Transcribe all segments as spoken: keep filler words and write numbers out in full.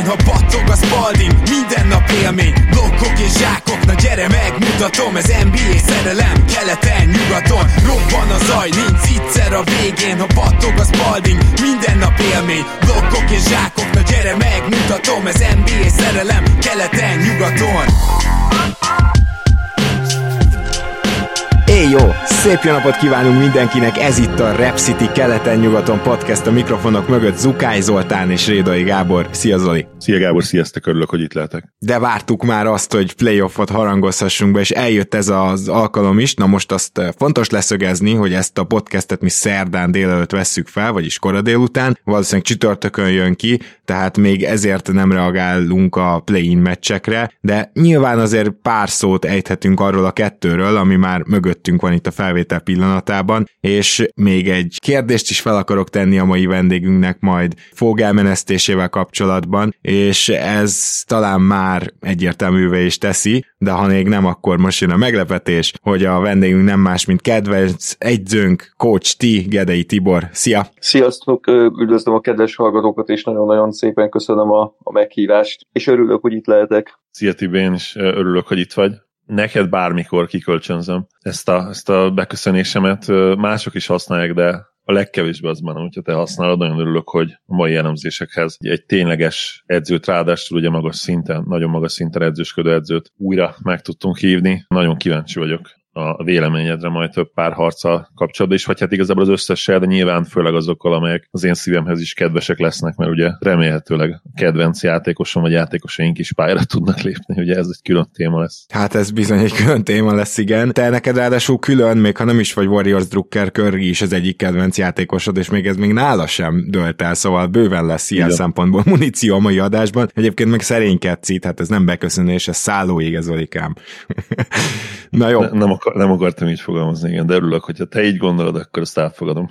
végén, ha battog a Spalding, minden nap élmény, blokkok és zsákok, na gyere megmutatom, ez en bé á szerelem, keleten, nyugaton, robban a zaj, nincs egyszer a végén, ha battog a Spalding, minden nap élmény, blokkok és zsákok, na gyere megmutatom, ez en bé á szerelem, keleten, nyugaton. Éj jó! Szép jó napot kívánunk mindenkinek, ez itt a Rep City keleten-nyugaton podcast, a mikrofonok mögött Zukály Zoltán és Rédai Gábor. Szia Zoli! Szia Gábor, sziasztok, örülök, hogy itt lehetek. De vártuk már azt, hogy playoffot harangozhassunk be, és eljött ez az alkalom is. Na most azt fontos leszögezni, hogy ezt a podcastet mi szerdán délelőtt vesszük fel, vagyis kora délután, valószínűleg csütörtökön jön ki, tehát még ezért nem reagálunk a play-in meccsekre, de nyilván azért pár szót ejthetünk arról a kettőről, ami már mögöttünk van itt a felvétel pillanatában, és még egy kérdést is fel akarok tenni a mai vendégünknek majd Fog elmenesztésével kapcsolatban, és ez talán már egyértelművé is teszi, de ha még nem, akkor most jön a meglepetés, hogy a vendégünk nem más, mint kedvenc egyzőnk, Coach T, Gedei Tibor. Szia! Sziasztok! Üdvözlöm a kedves hallgatókat, és nagyon-nagyon szépen köszönöm a, a meghívást, és örülök, hogy itt lehetek. Szia Tibi, én is örülök, hogy itt vagy. Neked bármikor kikölcsönzöm ezt a, ezt a beköszönésemet, mások is használják, de a legkevésbé az már, hogyha te használod, nagyon örülök, hogy a mai elemzésekhez egy tényleges edzőt, ráadásul ugye magas szinten, nagyon magas szinten edzősködő edzőt újra meg tudtunk hívni. Nagyon kíváncsi vagyok a véleményedre majd több pár harccal kapcsolatban is, vagy hát igazából az összessel, de nyilván főleg azokkal, amelyek az én szívemhez is kedvesek lesznek, mert ugye remélhetőleg a kedvenc játékosom vagy játékosaink is pályára tudnak lépni, ugye ez egy külön téma lesz. Hát ez bizony egy külön téma lesz, igen. Te neked ráadásul külön, még ha nem is vagy Warriors drukker, Curry is az egyik kedvenc játékosod, és még ez még nála sem dölt el, szóval bőven lesz ilyen igen. Szempontból muníció a mai adásban. Egyébként meg szerénykedsz, hát ez nem beköszönés, ez szállóig, ez Olikám. Na jó. Ne, nem Nem akartam így fogalmazni, igen, de örülök, hogyha te így gondolod, akkor ezt elfogadom.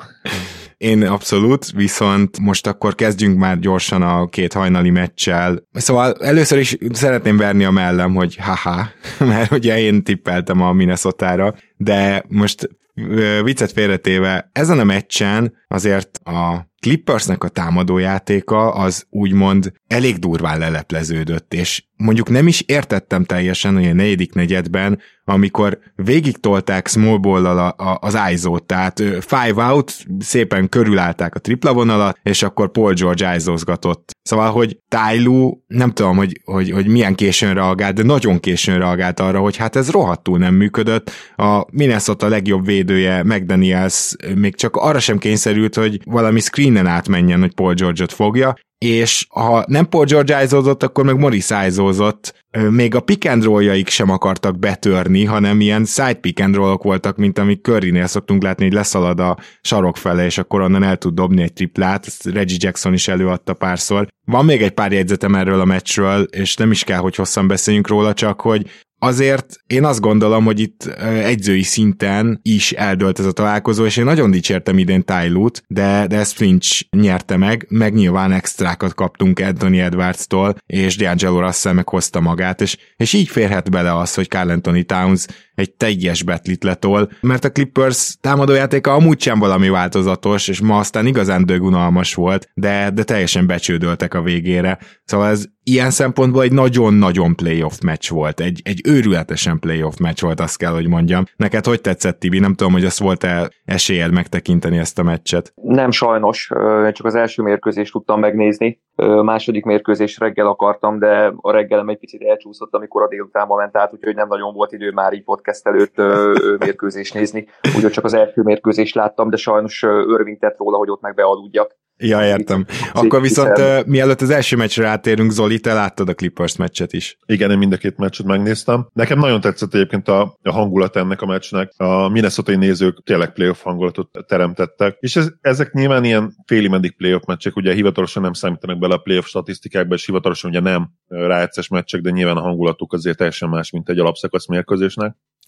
Én abszolút, viszont most akkor kezdjünk már gyorsan a két hajnali meccsel. Szóval először is szeretném verni a mellem, hogy haha, mert ugye én tippeltem a Minnesotára, de most viccet félretéve, ezen a meccsen azért a Clippersnek a támadójátéka az úgymond elég durván lelepleződött, és mondjuk nem is értettem teljesen, hogy a negyedik negyedben, amikor végig tolták small ball-al az i es o-t, tehát five out, szépen körülállták a tripla vonalat, és akkor Paul George i es o-zgatott. Szóval, hogy Ty Lue, nem tudom, hogy, hogy, hogy milyen későn reagált, de nagyon későn reagált arra, hogy hát ez rohadtul nem működött. A Minnesota legjobb védője, McDaniels még csak arra sem kényszerült, hogy valami screenen átmenjen, hogy Paul George-ot fogja, és ha nem Paul George i es o-zott, akkor meg Morris i es o-zott, még a pick and roll-jaik sem akartak betörni, hanem ilyen side pick and roll-ok voltak, mint amik Currynél szoktunk látni, hogy leszalad a sarok fele, és akkor onnan el tud dobni egy triplát, ezt Reggie Jackson is előadta párszor. Van még egy pár jegyzetem erről a meccsről, és nem is kell, hogy hosszan beszéljünk róla, csak hogy azért én azt gondolom, hogy itt egyzői szinten is eldőlt ez a találkozó, és én nagyon dicsértem idén Ty Lue-t, de, de ezt Flinch nyerte meg, meg nyilván extrákat kaptunk Anthony Edwards-tól, és D'Angelo Russell meg hozta magát, és, és így férhet bele az, hogy Karl Anthony Towns egy teljes betlit letol, mert a Clippers támadójátéka amúgy sem valami változatos, és ma aztán igazán dögunalmas volt, de, de teljesen becsődöltek a végére. Szóval ez ilyen szempontból egy nagyon-nagyon playoff meccs volt, egy, egy őrületesen playoff meccs volt, azt kell, hogy mondjam. Neked hogy tetszett, Tibi? Nem tudom, hogy azt volt-e esélyed megtekinteni ezt a meccset? Nem sajnos, csak az első mérkőzést tudtam megnézni. A második mérkőzés reggel akartam, de a reggelem egy picit elcsúszott, amikor a délutánba ment át, úgyhogy nem nagyon volt idő már így podcast előtt mérkőzést nézni. Úgyhogy csak az első mérkőzést láttam, de sajnos örvintett róla, hogy ott meg bealudjak. Ja, értem. Akkor viszont uh, mielőtt az első meccsre átérünk, Zoli, te láttad a Clippers meccset is. Igen, én mind a két meccset megnéztem. Nekem nagyon tetszett egyébként a, a hangulat ennek a meccsnek. A minnesotai nézők tényleg playoff hangulatot teremtettek, és ez, ezek nyilván ilyen félig meddig playoff meccsek, ugye hivatalosan nem számítanak bele a playoff statisztikákba, és hivatalosan ugye nem rájegyszes meccsek, de nyilván a hangulatuk azért teljesen más, mint egy alapszakasz mérkőzésnek.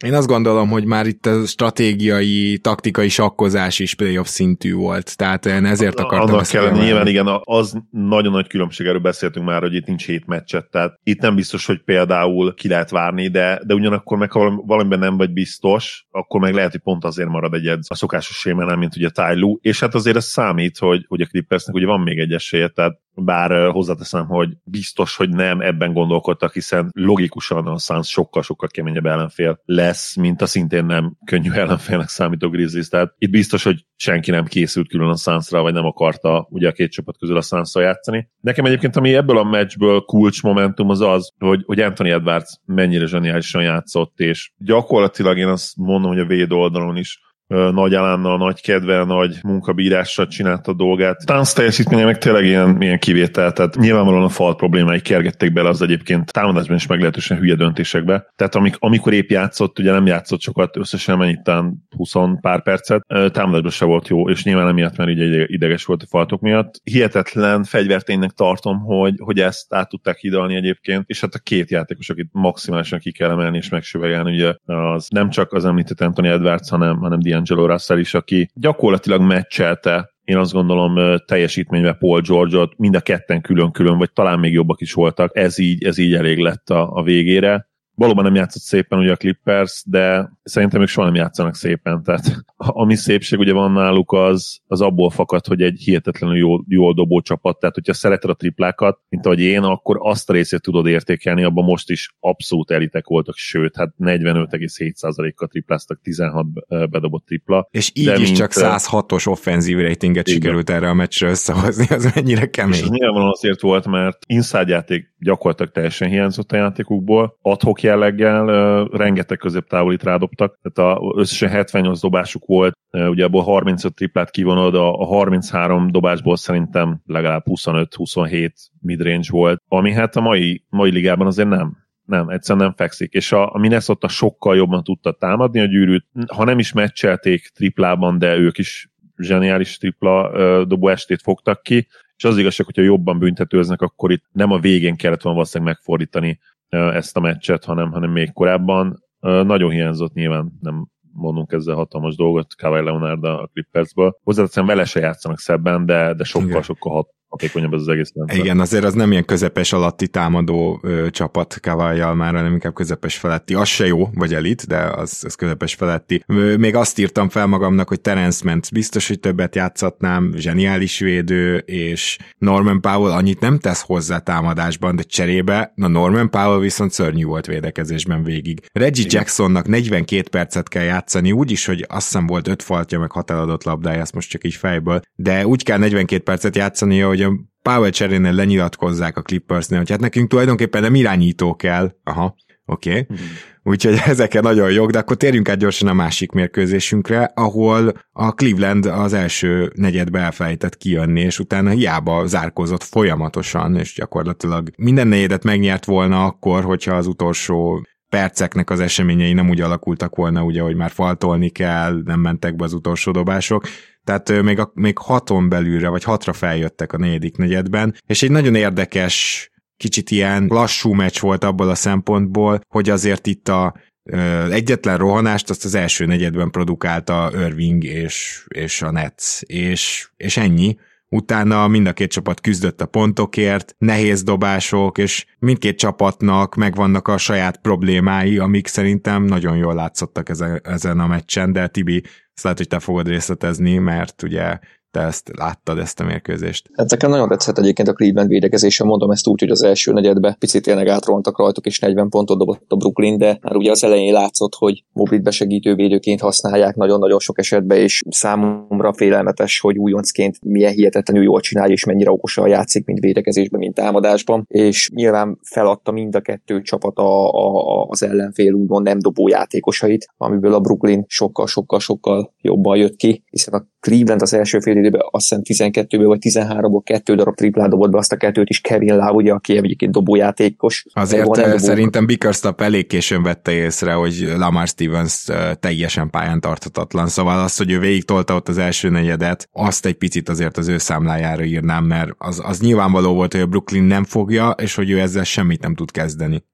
Én azt gondolom, hogy már itt a stratégiai, taktikai sakkozás is playoff szintű volt, tehát én ezért akartam Annak ezt kellene, nyilván igen, az nagyon nagy különbség, erről beszéltünk már, hogy itt nincs hét meccset, tehát itt nem biztos, hogy például ki lehet várni, de, de ugyanakkor meg ha valamiben nem vagy biztos, akkor meg lehet, hogy pont azért marad egy edz a szokásos sémánál, mint ugye Ty Lue, és hát azért ez számít, hogy, hogy a Clippersnek ugye van még egy esélye, tehát bár hozzáteszem, hogy biztos, hogy nem ebben gondolkodtak, hiszen logikusan a Suns sokkal-sokkal keményebb ellenfél lesz, mint a szintén nem könnyű ellenfélnek számító Grizzlies, tehát itt biztos, hogy senki nem készült külön a Sunsra, vagy nem akarta ugye a két csapat közül a Sunsra játszani. Nekem egyébként, ami ebből a meccsből kulcsmomentum az az, hogy, hogy Anthony Edwards mennyire zseniálisan játszott, és gyakorlatilag én azt mondom, hogy a véd oldalon is nagy elánnal, nagy kedvel, nagy munkabírással csinálta a dolgát. Tánc teljesítménye meg tényleg ilyen, ilyen kivétel, tehát nyilvánvalóan a fal problémái kergették bele az egyébként támadásban is meglehetősen hülye döntésekbe. Tehát amik, amikor épp játszott, ugye nem játszott sokat, összesen mennyit tán húsz pár percet, támadásban se volt jó, és nyilván emiatt, mert ugye ideges volt a faltok miatt. Hihetetlen fegyverténynek tartom, hogy, hogy ezt át tudták hidalni egyébként, és hát a két játékos, akit maximálisan ki kell emelni és megsüvegelni, ugye az nem csak az említett Anthony Edwards, hanem, hanem D'Angelo Russell is, aki gyakorlatilag meccselte, én azt gondolom teljesítményben Paul George-ot, mind a ketten külön-külön, vagy talán még jobbak is voltak, ez így, ez így elég lett a, a végére. Valóban nem játszott szépen ugye a Clippers, de szerintem ők soha nem játszanak szépen, tehát ami szépség ugye van náluk az, az abból fakad, hogy egy hihetetlenül jól, jól dobó csapat, tehát hogyha szereted a triplákat, mint ahogy én, akkor azt a részét tudod értékelni, abban most is abszolút elitek voltak, sőt, hát negyvenöt egész hét százalékkal tripláztak, tizenhat bedobott tripla. És így de is mint, csak száz hatos offenzív ratinget igen. sikerült erre a meccsre összehozni, az mennyire kemény. És ez nyilván azért volt, mert inside játék gyakorlatilag teljesen hiányzott a játékukból, ad-hoc jelleggel uh, rengeteg középtávolit rádobtak, tehát a, összesen hetvennyolc dobásuk volt, uh, ugye abból harmincöt triplát kivonod, a, a harminchárom dobásból szerintem legalább huszonöt-huszonhét midrange volt, ami hát a mai, mai ligában azért nem. Nem, egyszerűen nem fekszik, és a, a Minnesota sokkal jobban tudta támadni a gyűrűt, ha nem is meccselték triplában, de ők is zseniális tripla uh, dobó estét fogtak ki, és az igazság, hogyha jobban büntetőznek, akkor itt nem a végén kellett volna valószínűleg megfordítani ezt a meccset, hanem, hanem még korábban. Nagyon hiányzott nyilván, nem mondunk ezzel hatalmas dolgot Kawhi Leonard a Clippersből. Hozzáteszem, vele se játszanak szebben, de, de sokkal-sokkal hat, hatékonyabb ez az egész rendszer. Igen, azért az nem ilyen közepes alatti támadó ö, csapat Kawhi-jal már, hanem inkább közepes feletti. Az se jó, vagy elit, de az, az közepes feletti. Még azt írtam fel magamnak, hogy Terence Mann biztos, hogy többet játszatnám, zseniális védő, és Norman Powell annyit nem tesz hozzá támadásban, de cserébe, na Norman Powell viszont szörnyű volt védekezésben végig. Reggie igen. Jacksonnak negyvenkét percet kell játszani, úgyis, hogy azt hiszem volt öt faltja, meg hat eladott labdája, azt most csak így fejből, de úgy kell negyvenkét percet játszania, hogy a Powell cserénél lenyilatkozzák a Clippersnél, hogy hát nekünk tulajdonképpen nem irányító kell. Aha, oké. Okay. Mm. Úgyhogy ezeken nagyon jók, de akkor térjünk át gyorsan a másik mérkőzésünkre, ahol a Cleveland az első negyedbe elfelejtett kijönni, és utána hiába zárkózott folyamatosan, és gyakorlatilag minden negyedet megnyert volna akkor, hogyha az utolsó perceknek az eseményei nem úgy alakultak volna, ugye, hogy már faltolni kell, nem mentek be az utolsó dobások, tehát még, a, még haton belülre, vagy hatra feljöttek a negyedik negyedben, és egy nagyon érdekes, kicsit ilyen lassú meccs volt abból a szempontból, hogy azért itt a ö, egyetlen rohanást azt az első negyedben produkálta Irving és, és a Nets, és, és ennyi. Utána mind a két csapat küzdött a pontokért, nehéz dobások, és mindkét csapatnak megvannak a saját problémái, amik szerintem nagyon jól látszottak ezen a meccsen, de Tibi, ezt lehet, hogy te fogod részletezni, mert ugye te ezt láttad, ezt a mérkőzést. Hát nekem nagyon tetszett egyébként a Cleveland védekezése, mondom ezt úgy, hogy az első negyedben picit tényleg átrohantak rajtuk, és negyven pontot dobott a Brooklyn, de már ugye az elején látszott, hogy Moblit besegítő védőként használják nagyon-nagyon sok esetben, és számomra félelmetes, hogy újoncként milyen hihetetlenül jól csinálja, és mennyire okosan játszik, mint védekezésben, mint támadásban, és nyilván feladta mind a kettő csapat a, a, az ellenfél úgymond nem dobó játékosait, amiből a Brooklyn sokkal-sokkal-sokkal jobban jött ki, hiszen a Cleveland az első fél időben azt hiszem tizenkettőből vagy tizenháromból kettő darab triplát dobott be, azt a kettőt is Kevin Love, ugye, aki egyébként dobójátékos. Azért dobó... szerintem Bickerstaff elég későn vette észre, hogy Lamar Stevens teljesen pályán tarthatatlan, szóval az, hogy ő végig tolta ott az első negyedet, azt egy picit azért az ő számlájára írnám, mert az, az nyilvánvaló volt, hogy a Brooklyn nem fogja, és hogy ő ezzel semmit nem tud kezdeni.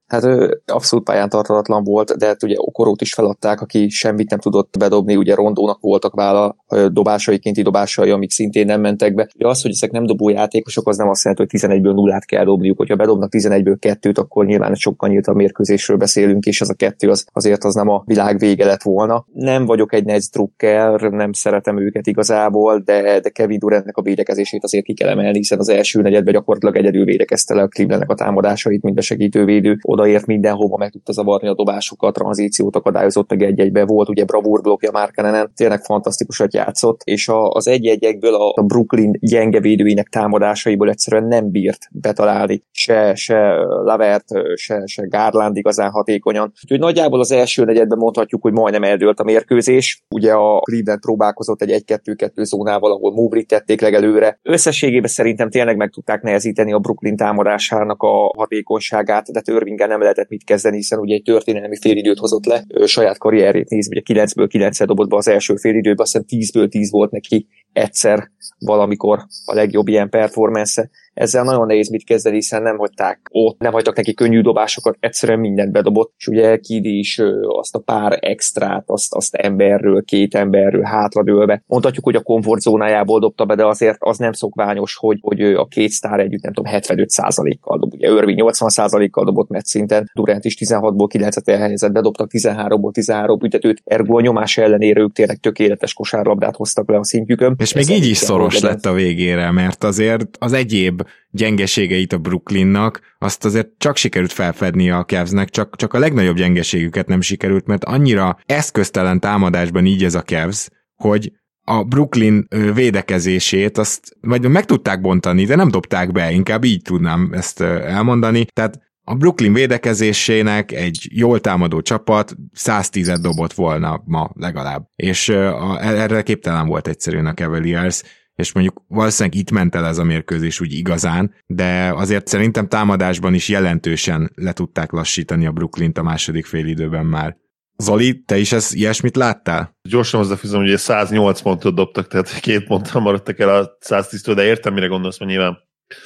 Hát abszolút pályán tartalatlan volt, de hát ugye Okorót is feladták, aki semmit nem tudott bedobni, ugye Rondónak voltak vála dobásai, kinti dobásai, amik szintén nem mentek be. Ugye az, hogy ezek nem dobó játékosok, az nem azt jelenti, hogy tizenegyből nullát kell dobniuk. Hogyha bedobnak tizenegyből kettőt, akkor nyilván egy sokkal nyíltabb mérkőzésről beszélünk, és az a kettő az, azért az nem a világ vége lett volna. Nem vagyok egy Nets drukker, nem szeretem őket igazából, de, de Kevin Durantnek a védekezését azért ki kell emelni, hiszen az első negyedben gyakorlatilag egyedül védekezte le a Clevelandnek a támadásait, mint besegítő védő. Odaért mindenhova, meg tudta zavarni a dobásokat, tranzíciót akadályozott meg egy-egybe, volt ugye bravúr blokkja Markkanenen, tényleg fantasztikusat játszott, és a, az egy-egyekből a, a Brooklyn gyenge védőinek támadásaiból egyszerűen nem bírt betalálni se, se Lavert, se, se Garland igazán hatékonyan. Úgyhogy nagyjából az első negyedben mondhatjuk, hogy majdnem eldőlt a mérkőzés. Ugye a Cleveland próbálkozott egy egy-kettő-kettő zónával, ahol Mobley tették legelőre. Összességében szerintem tényleg meg tudták nehezíteni a Brooklyn támadásának a hatékonyságát, de Irvinggel nem lehetett mit kezdeni, hiszen ugye egy történelmi félidőt hozott le, ő saját karrierjét nézve, ugye kilencből kilencszer dobott be az első félidőben, aztán tízből tíz volt neki egyszer valamikor a legjobb ilyen performance. Ezzel nagyon nehéz mit kezdeni, hiszen nem hagyták ott, nem hagytak neki könnyű dobásokat, egyszerűen mindent bedobott, és ugye Kidi is azt a pár extrát, azt, azt emberről, két emberről hátradőlve. Mondhatjuk, hogy a komfortzónájából dobta be, de azért az nem szokványos, hogy, hogy a két sztár együtt nem tudom, hetvenöt százalékkal dob. Ugye Irving nyolcvan százalékkal dobott meccs szinten, Durant is tizenhatból kilencet elhelyezett, bedobtak tizenháromból tizenhárom büntetőt, ergo a nyomás ellenére ők tényleg tökéletes kosárlabdát hoztak le a szintjükön. És még így is szoros lett a végére, mert azért az egyéb gyengeségeit a Brooklynnak, azt azért csak sikerült felfedni a Cavsnek, csak, csak a legnagyobb gyengeségüket nem sikerült, mert annyira eszköztelen támadásban így ez a Cavs, hogy a Brooklyn védekezését azt vagy meg tudták bontani, de nem dobták be, inkább így tudnám ezt elmondani. Tehát a Brooklyn védekezésének egy jól támadó csapat száztízet dobott volna ma legalább, és a, erre képtelen volt egyszerűen a Cavaliers, és mondjuk valószínűleg itt ment el ez a mérkőzés úgy igazán, de azért szerintem támadásban is jelentősen le tudták lassítani a Brooklynt a második félidőben már. Zoli, te is ezt, ilyesmit láttál? Gyorsan hozzáfűzöm, hogy száznyolc pontot dobtak, tehát két ponttal maradtak el a száztíztől, de értem, mire gondolsz, mert nyilván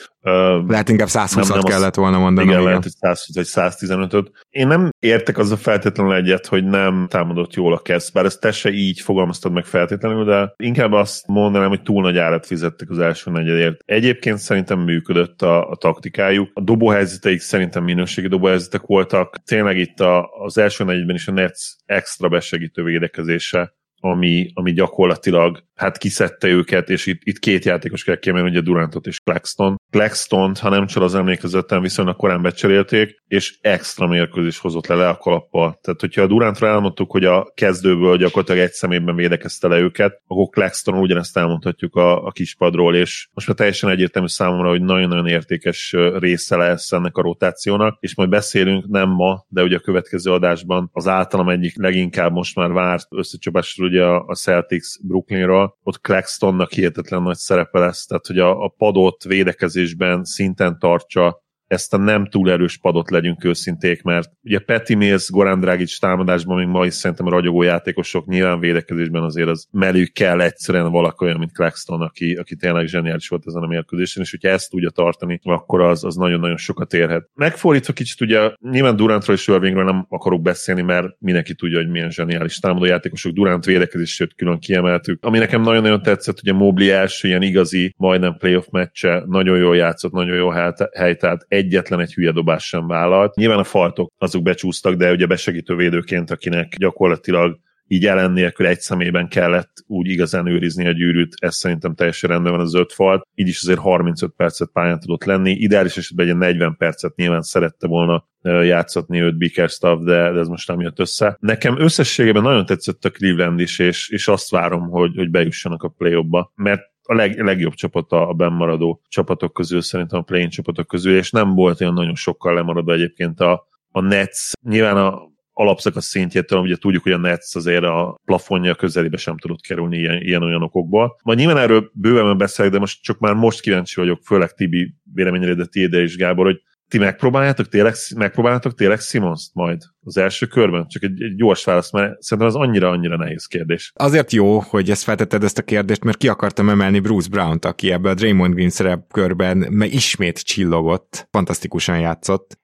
Uh, lehet inkább százhúszat kellett volna mondanom. Igen, igen, lehet, hogy százhúsz vagy száztizenötöt. Én nem értek azzal feltétlenül egyet, hogy nem támadott jól a Cavs, bár ezt te se így fogalmaztad meg feltétlenül, de inkább azt mondanám, hogy túl nagy árat fizettek az első negyedért. Egyébként szerintem működött a, a taktikájuk. A dobóhelyzeteik szerintem minőségi dobóhelyzetek voltak. Tényleg itt a, az első negyedben is a Nets extra besegítő védekezése, ami, ami gyakorlatilag hát kiszedte őket, és itt, itt két játékos kell kiemelni, ugye Durantot és Claxton. Claxton, ha nem csal az emlékezetem, viszonylag korán becserélték, és extra mérkőzés hozott le le a kalappal. Tehát, hogyha a Durantra elmondtuk, hogy a kezdőből gyakorlatilag egy személyben védekezte le őket, akkor Claxton ugyanezt elmondhatjuk a, a kispadról, és most már teljesen egyértelmű számomra, hogy nagyon-nagyon értékes része lesz ennek a rotációnak, és majd beszélünk nem ma, de ugye a következő adásban az általam egyik leginkább most már várt összecsapásról ugye a Celtics Brooklynról, ott Claxtonnak hihetetlen nagy szerepe lesz, tehát hogy a, a padot védekezésben szinten tartsa, ezt a nem túl erős padot legyünk őszinték, mert ugye Patty Mills, Goran Dragic támadásban még ma is szerintem a ragyogó játékosok, nyilván védekezésben azért az mellük kell egyszerűen valaki olyan, mint Claxton, aki, aki tényleg zseniális volt ezen a mérkőzésen, és hogyha ezt tudja tartani, akkor az, az nagyon-nagyon sokat érhet. Megfordítva kicsit ugye, nyilván Durantról és Irvingről nem akarok beszélni, mert mindenki tudja, hogy milyen zseniális támadó játékosok, Durant védekezését külön kiemeltük. Ami nekem nagyon-nagyon tetszett, ugye Mobley első ilyen igazi, majdnem playoff meccse, nagyon jól játszott, nagyon jó helytált, egyetlen egy hülye dobás sem vállalt. Nyilván a faltok azok becsúsztak, de ugye besegítő védőként, akinek gyakorlatilag így ellen nélkül egy szemében kellett úgy igazán őrizni a gyűrűt, ez szerintem teljesen rendben van az öt falt. Így is azért harmincöt percet pályán tudott lenni. Ideális esetben egy negyven percet nyilván szerette volna játszatni őt Bickerstaff, de, de ez most nem jött össze. Nekem összességében nagyon tetszett a Cleveland is, és, és azt várom, hogy, hogy bejussanak a play-offba, mert a leg, legjobb csapat a bennmaradó csapatok közül, szerintem a play-in csapatok közül, és nem volt olyan nagyon sokkal lemaradva egyébként a, a Nets. Nyilván a alapszakasz szintjétől, ugye tudjuk, hogy a Nets azért a plafonja közelébe sem tudott kerülni ilyen, ilyen olyan okokból. Majd nyilván erről bőven beszélek, de most csak már most kíváncsi vagyok, főleg Tibi véleményére, de tiéde is, Gábor, hogy ti megpróbáljátok tényleg, megpróbáljátok tényleg Simmons-t majd az első körben? Csak egy, egy gyors válasz, mert szerintem az annyira-annyira nehéz kérdés. Azért jó, hogy ezt feltetted ezt a kérdést, mert ki akartam emelni Bruce Brown-t, aki ebbe a Draymond Green szerepkörben ismét csillogott, fantasztikusan játszott,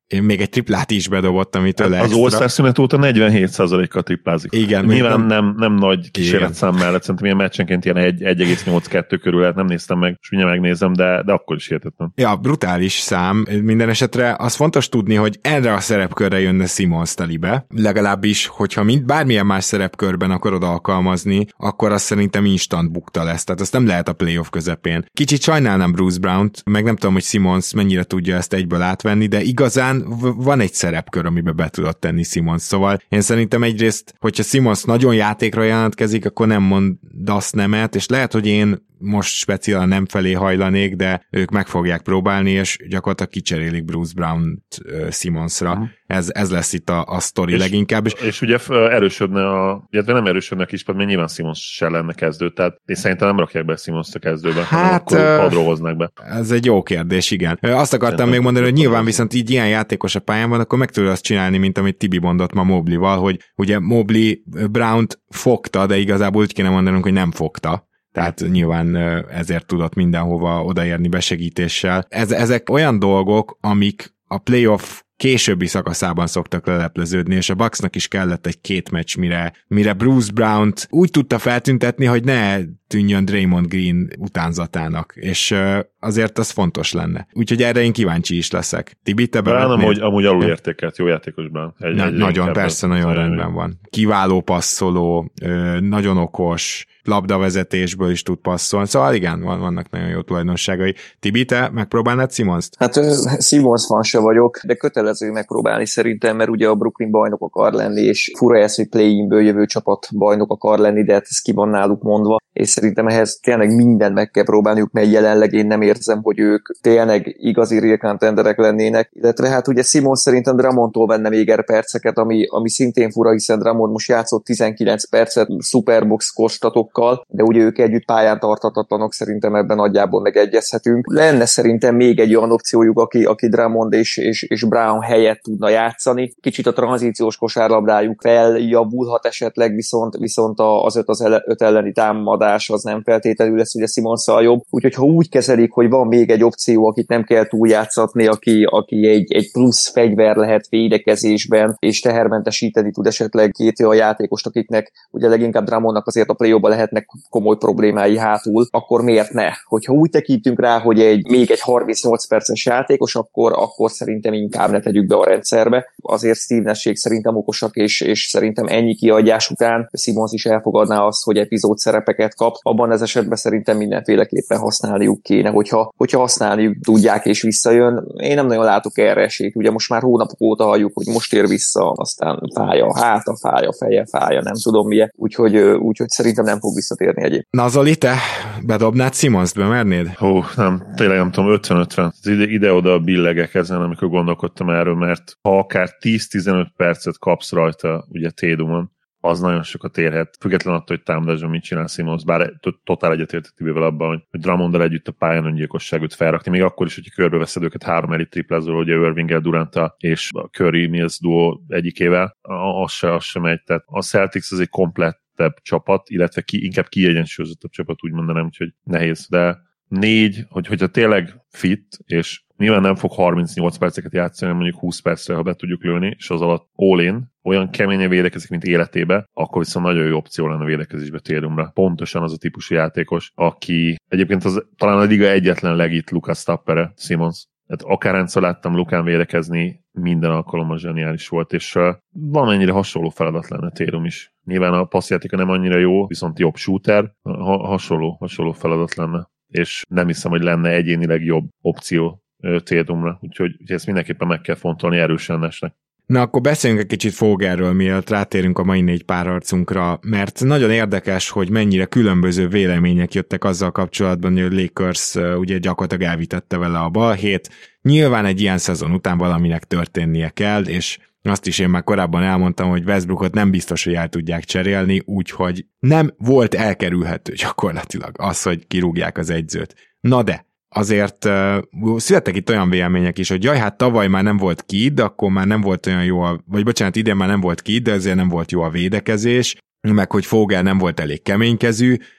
én még egy triplát is bedobott, amitől hát az All-Star szünet óta negyvenhét százalékkal triplázik. Igen. Nyilván nem, nem nagy kísérletszám mellett, szerintem ilyen meccsenként ilyen egy egész nyolcvankettő körül lehet, nem néztem meg, és mindjárt megnézem, de, de akkor is hihetetlen. Ja, brutális szám. Minden esetre az fontos tudni, hogy erre a szerepkörre jönne Simmons telibe. Legalábbis, hogyha mind bármilyen más szerepkörben akarod alkalmazni, akkor az szerintem instant bukta lesz. Tehát azt nem lehet a playoff közepén. Kicsit sajnálnám Bruce Brownt, meg nem tudom, hogy Simmons mennyire tudja ezt egyből átvenni, de igazán van egy szerepkör, amiben be tudod tenni Simmons. Szóval én szerintem egyrészt, hogyha Simmons nagyon játékra jelentkezik, akkor nem mondasz nemet, és lehet, hogy én most speciál nem felé hajlanék, de ők meg fogják próbálni, és gyakorlatilag kicserélik Bruce Brown-t uh, Simmonsra. Uh-huh. Ez, ez lesz itt a, a sztori és, leginkább. És, és ugye erősödne a, illetve nem erősödne a kispat, mert nyilván Simmons se lenne kezdő, tehát én szerintem nem rakják be Simmons a kezdőbe, hát, hanem akkor padról hoznak be. Ez egy jó kérdés, igen. Azt akartam én még mondani, hogy nyilván viszont így ilyen játékos a pályán van, akkor meg tudod azt csinálni, mint amit Tibi mondott ma Mobley-val, hogy ugye Mobley Brown-t fogta, de igazából úgy kéne mondanunk, hogy nem fogta. Tehát nyilván ezért tudott mindenhova odaérni besegítéssel. Ez, ezek olyan dolgok, amik a playoff későbbi szakaszában szoktak lelepleződni, és a Bucksnak is kellett egy két meccs, mire, mire Bruce Brown-t úgy tudta feltüntetni, hogy ne tűnjön Draymond Green utánzatának, és azért az fontos lenne. Úgyhogy erre én kíváncsi is leszek. Tibi, te Brown amúgy, amúgy alulértékelt, jó játékos Brown. Egy, Na, egy nagyon, persze, nagyon rendben van. Kiváló passzoló, nagyon okos, labdavezetésből is tud passzolni, szóval igen, van, vannak nagyon jó tulajdonságai. Tibi, te megpróbálnád Simmons-t? Hát Simmons fan se vagyok, de kötelező megpróbálni szerintem, mert ugye a Brooklyn bajnok akar lenni, és fura ez, hogy play-inből jövő csapat bajnok akar lenni, de hát ez ki van náluk mondva, és szerintem ehhez tényleg mindent meg kell próbálniuk, mert jelenleg én nem érzem, hogy ők tényleg igazi real contenderek lennének, illetve hát ugye Simmons szerintem Drummondtól venne még erre perceket, ami, ami szintén fura, hiszen Drummond most játszott tizenkilenc percet Superbox kostatokkal, de ugye ők együtt pályán tarthatatlanok, szerintem ebben nagyjából megegyezhetünk. Lenne szerintem még egy olyan opciójuk, aki, aki Drummond és, és, és Brown helyett tudna játszani. Kicsit a tranzíciós kosárlabdájuk feljavulhat esetleg, viszont, viszont az öt az öt elleni támadás az nem feltétlenül lesz ugye Simonsszal jobb. Úgyhogy ha úgy kezelik, hogy van még egy opció, akit nem kell túljátszatni, aki, aki egy, egy plusz fegyver lehet védekezésben, és tehermentesíteni tud esetleg két olyan játékost, akiknek ugye leginkább Drummondnak azért a play-offban lehetnek komoly problémái hátul, akkor miért ne? Hogyha úgy tekintünk rá, hogy egy még egy harmincnyolc perces játékos, akkor, akkor szerintem inkább ne tegyük be a rendszerbe. Azért Steve Nash-ék szerintem okosak, és, és szerintem ennyi kiadás után Simmons is elfogadná azt, hogy epizód szerepeket kap. Abban az esetben szerintem mindenféleképpen használniuk kéne, hogyha, hogyha használniuk tudják és visszajön. Én nem nagyon látok erre esélyt. Ugye most már hónapok óta halljuk, hogy most ér vissza, aztán fáj a háta, fáj a feje, fáj a nem tudom milyen. Úgyhogy, úgyhogy szerintem nem fog visszatérni egyéb. Na Zoli, te bedobnád Simmons-t, bemernéd? Hú, nem, tényleg nem tudom, ötven-ötven. Ide, ide-oda billegek ezen, amikor gondolkodtam erről, mert ha akár tíz-tizenöt percet kapsz rajta, ugye Tédumon, az nagyon sokat érhet, független attól, hogy támadásban mit csinál Simmons, bár totál egyetértek Tibivel abban, hogy Drummonddal együtt a pályán öngyilkosságot felrakni, még akkor is, hogyha körbeveszed őket három elit triplázol, ugye Irvinggel, Duranttal és a Curry Mills duo egyikével, az se, az se megy. Tehát a Celtics az egy komplettebb csapat, illetve ki, inkább kiegyensúlyozottabb csapat, úgy mondanám, úgyhogy nehéz, de négy, hogy, hogyha tényleg fit, és nyilván nem fog harmincnyolc perceket játszani, mondjuk húsz percre, ha be tudjuk lőni, és az alatt all-in, olyan keményen védekezik, mint életébe, akkor viszont nagyon jó opció lenne a védekezésbe Térumra. Pontosan az a típusú játékos, aki egyébként az, talán a liga egyetlen legit Lucas Tappere, Simmons. Hát akárhányszor láttam Lukán védekezni, minden alkalommal zseniális volt, és uh, valamennyire hasonló feladat lenne Térum is. Nyilván a passzjátéka nem annyira jó, viszont jobb shooter, ha, hasonló, hasonló feladat lenne. És nem hiszem, hogy lenne egyénileg jobb opció Tédumra, úgyhogy ezt mindenképpen meg kell fontolni erősen Nashnek. Na akkor beszéljünk egy kicsit Fogerről, mielőtt rátérünk a mai négy párharcunkra, mert nagyon érdekes, hogy mennyire különböző vélemények jöttek azzal kapcsolatban, hogy a Lakers ugye gyakorlatilag elvitette vele a balhét. Nyilván egy ilyen szezon után valaminek történnie kell, és azt is én már korábban elmondtam, hogy Westbrookot nem biztos, hogy el tudják cserélni, úgyhogy nem volt elkerülhető gyakorlatilag az, hogy kirúgják az egyzőt. Na de, azért uh, születtek itt olyan vélemények is, hogy jaj, hát tavaly már nem volt Kidd, de akkor már nem volt olyan jó, a, vagy bocsánat, idén már nem volt Kidd, de ezért nem volt jó a védekezés, meg hogy Fogel nem volt elég keménykezű,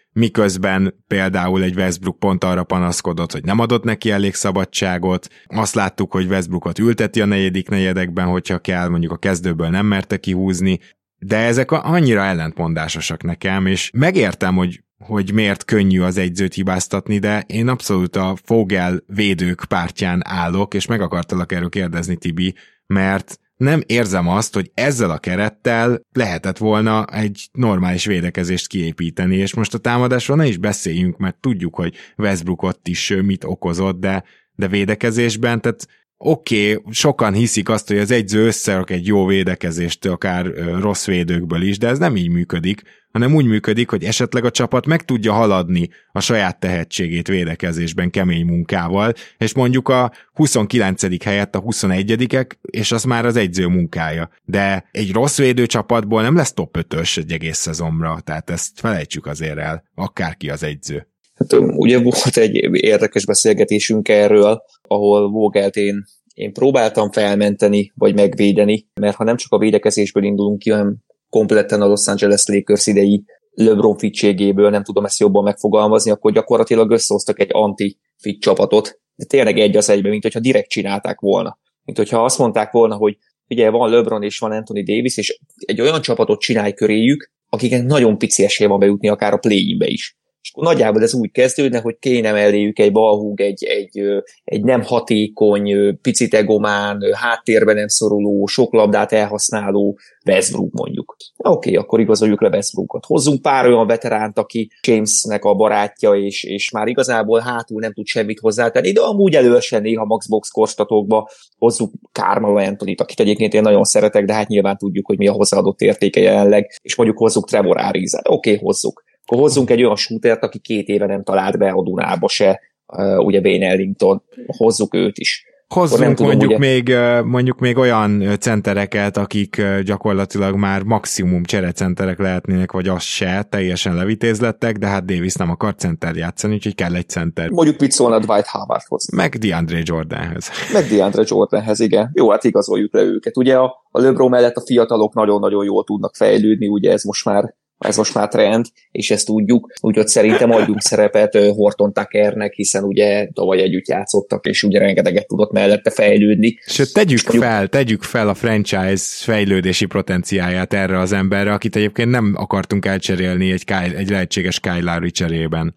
miközben például egy Westbrook pont arra panaszkodott, hogy nem adott neki elég szabadságot, azt láttuk, hogy Westbrookot ülteti a negyedik negyedekben, hogyha kell, mondjuk a kezdőből nem merte kihúzni, de ezek annyira ellentmondásosak nekem, és megértem, hogy hogy miért könnyű az edzőt hibáztatni, de én abszolút a Vogel védők pártján állok, és meg akartalak erről kérdezni, Tibi, mert nem érzem azt, hogy ezzel a kerettel lehetett volna egy normális védekezést kiépíteni, és most a támadásról ne is beszéljünk, mert tudjuk, hogy Westbrook ott is mit okozott, de, de védekezésben, tehát oké, okay, sokan hiszik azt, hogy az edző összerak egy jó védekezést, akár rossz védőkből is, de ez nem így működik, hanem úgy működik, hogy esetleg a csapat meg tudja haladni a saját tehetségét védekezésben kemény munkával, és mondjuk a huszonkilencedik helyett a huszonegyedikek, és az már az edző munkája. De egy rossz védőcsapatból nem lesz top ötös egy egész szezonra, tehát ezt felejtsük azért el, akárki az edző. Hát ugye volt egy érdekes beszélgetésünk erről, ahol Vogelt én, én próbáltam felmenteni, vagy megvédeni, mert ha nem csak a védekezésből indulunk ki, hanem kompletten a Los Angeles Lakers idei LeBron fittségéből, nem tudom ezt jobban megfogalmazni, akkor gyakorlatilag összehoztak egy anti-fit csapatot, de tényleg egy az egyben, mint hogyha direkt csinálták volna. Mint hogyha azt mondták volna, hogy ugye van LeBron és van Anthony Davis, és egy olyan csapatot csinálj köréjük, akiknek nagyon pici esélye van bejutni akár a play-inbe is. És akkor nagyjából ez úgy kezdődne, hogy kéne melléjük egy balhúg, egy, egy, egy nem hatékony, picit egomán, háttérben nem szoruló, sok labdát elhasználó Westbrook mondjuk. Oké, okay, akkor igazoljuk le Westbrookot. Hozzunk pár olyan veteránt, aki Jamesnek a barátja, és, és már igazából hátul nem tud semmit hozzátenni, de amúgy elősen néha Max Box korstatokba hozzuk Carmelo Anthonyt, akit egyébként én nagyon szeretek, de hát nyilván tudjuk, hogy mi a hozzáadott értéke jelenleg, és mondjuk hozzuk Trevor Arizát. Oké, okay, hozzuk. Akkor hozzunk egy olyan shootert, aki két éve nem talált be a Dunába se, uh, ugye Wayne Ellington, hozzuk őt is. Hozzunk tudom, mondjuk, ugye... még, mondjuk még olyan centereket, akik gyakorlatilag már maximum cserecenterek lehetnének, vagy az se, teljesen levitézlettek, de hát Davis nem akar center játszani, úgyhogy kell egy center. Mondjuk mit szólna Dwight Howardhoz. Meg DeAndre Jordanhez. Meg DeAndre Jordanhez, igen. Jó, hát igazoljuk le őket. Ugye a, a LeBron mellett a fiatalok nagyon-nagyon jól tudnak fejlődni, ugye ez most már Ez most már trend, és ezt tudjuk, úgyhogy szerintem adjunk szerepet Horton Tuckernek, hiszen ugye tavaly együtt játszottak, és ugye rengeteget tudott mellette fejlődni. Sőt, tegyük mondjuk... fel, tegyük fel a franchise fejlődési potenciáját erre az emberre, akit egyébként nem akartunk elcserélni egy, Kyle, egy lehetséges Kyle Lowry cserében.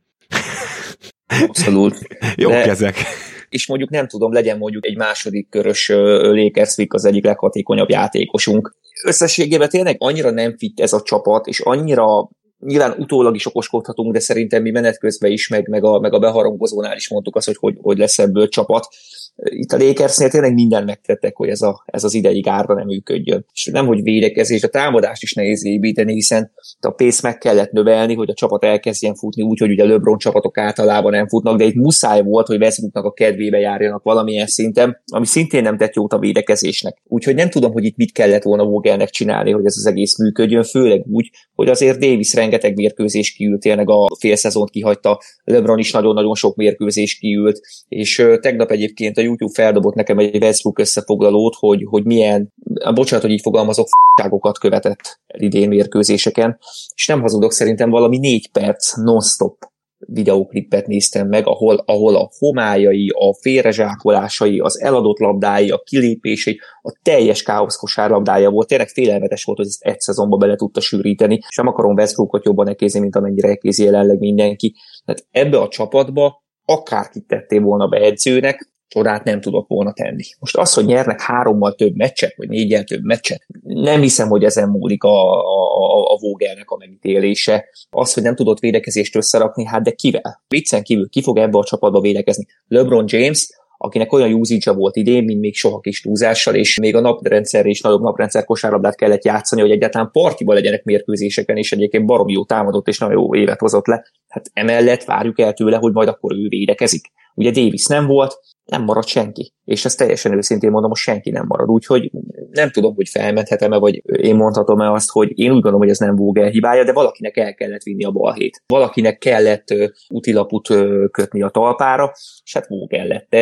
Abszolút. Jó De... kezek. És mondjuk nem tudom, legyen mondjuk egy második körös Lakers pick az egyik leghatékonyabb játékosunk. Összességében tényleg annyira nem fit ez a csapat, és annyira nyilván utólag is okoskodhatunk, de szerintem mi menet közben is, meg, meg, a, meg a beharangozónál is mondtuk azt, hogy, hogy hogy lesz ebből csapat. Itt a Lakersnél tényleg mindent megtettek, hogy ez, a, ez az idei gárda nem működjön. És nem, hogy védekezés, a támadást is nehéz építeni, hiszen a pace meg kellett növelni, hogy a csapat elkezdjen futni úgy, hogy ugye a LeBron csapatok általában nem futnak, de itt muszáj volt, hogy Westbrooknak a kedvébe járjanak valamilyen szinten, ami szintén nem tett jót a védekezésnek. Úgyhogy nem tudom, hogy itt mit kellett volna Vogelnek csinálni, hogy ez az egész működjön, főleg úgy, hogy azért Davis rengeteg mérkőzés kiült, tényleg a fél szezont kihagyta, LeBron is nagyon-nagyon sok mérkőzés kiült, és uh, tegnap egyébként a YouTube feldobott nekem egy Westbrook összefoglalót, hogy, hogy milyen, bocsánat, hogy így fogalmazok, f***ságokat követett idén mérkőzéseken, és nem hazudok, szerintem valami négy perc non-stop videóklipet néztem meg, ahol, ahol a homályai, a félrezsákolásai, az eladott labdái, a kilépései, a teljes káosz kosárlabdája volt, tényleg félelmetes volt, hogy ezt egy szezonba bele tudta sűríteni, és nem akarom Westbrookot jobban elkézni, mint amennyire elkézi jelenleg mindenki. Tehát ebbe a csapatba akárkit tettél volna be edzőnek, csodát nem tudott volna tenni. Most az, hogy nyernek hárommal több meccset, vagy négyel több meccset, nem hiszem, hogy ezen múlik a, a, a Vogelnek a megítélése. Az, hogy nem tudott védekezést összerakni, hát de kivel? Viccen kívül ki fog ebbe a csapatba védekezni? LeBron James, akinek olyan usage-a volt idén, mint még soha kis túlzással, és még a naprendszerre is nagyobb naprendszer kosárlabdát kellett játszani, hogy egyáltalán partiba legyenek mérkőzéseken, és egyébként baromi jó támadott, és nagyon jó évet hozott le. Hát emellett várjuk el tőle, hogy majd akkor ő védekezik. Ugye Davis nem volt, nem marad senki. És ezt teljesen őszintén mondom, hogy senki nem marad. Úgyhogy nem tudom, hogy felmenthetem-e, vagy én mondhatom-e azt, hogy én úgy gondolom, hogy ez nem Vogel hibája, de valakinek el kellett vinni a balhét. Valakinek kellett uh, utilaput uh, kötni a talpára, és hát Vogel lett ez.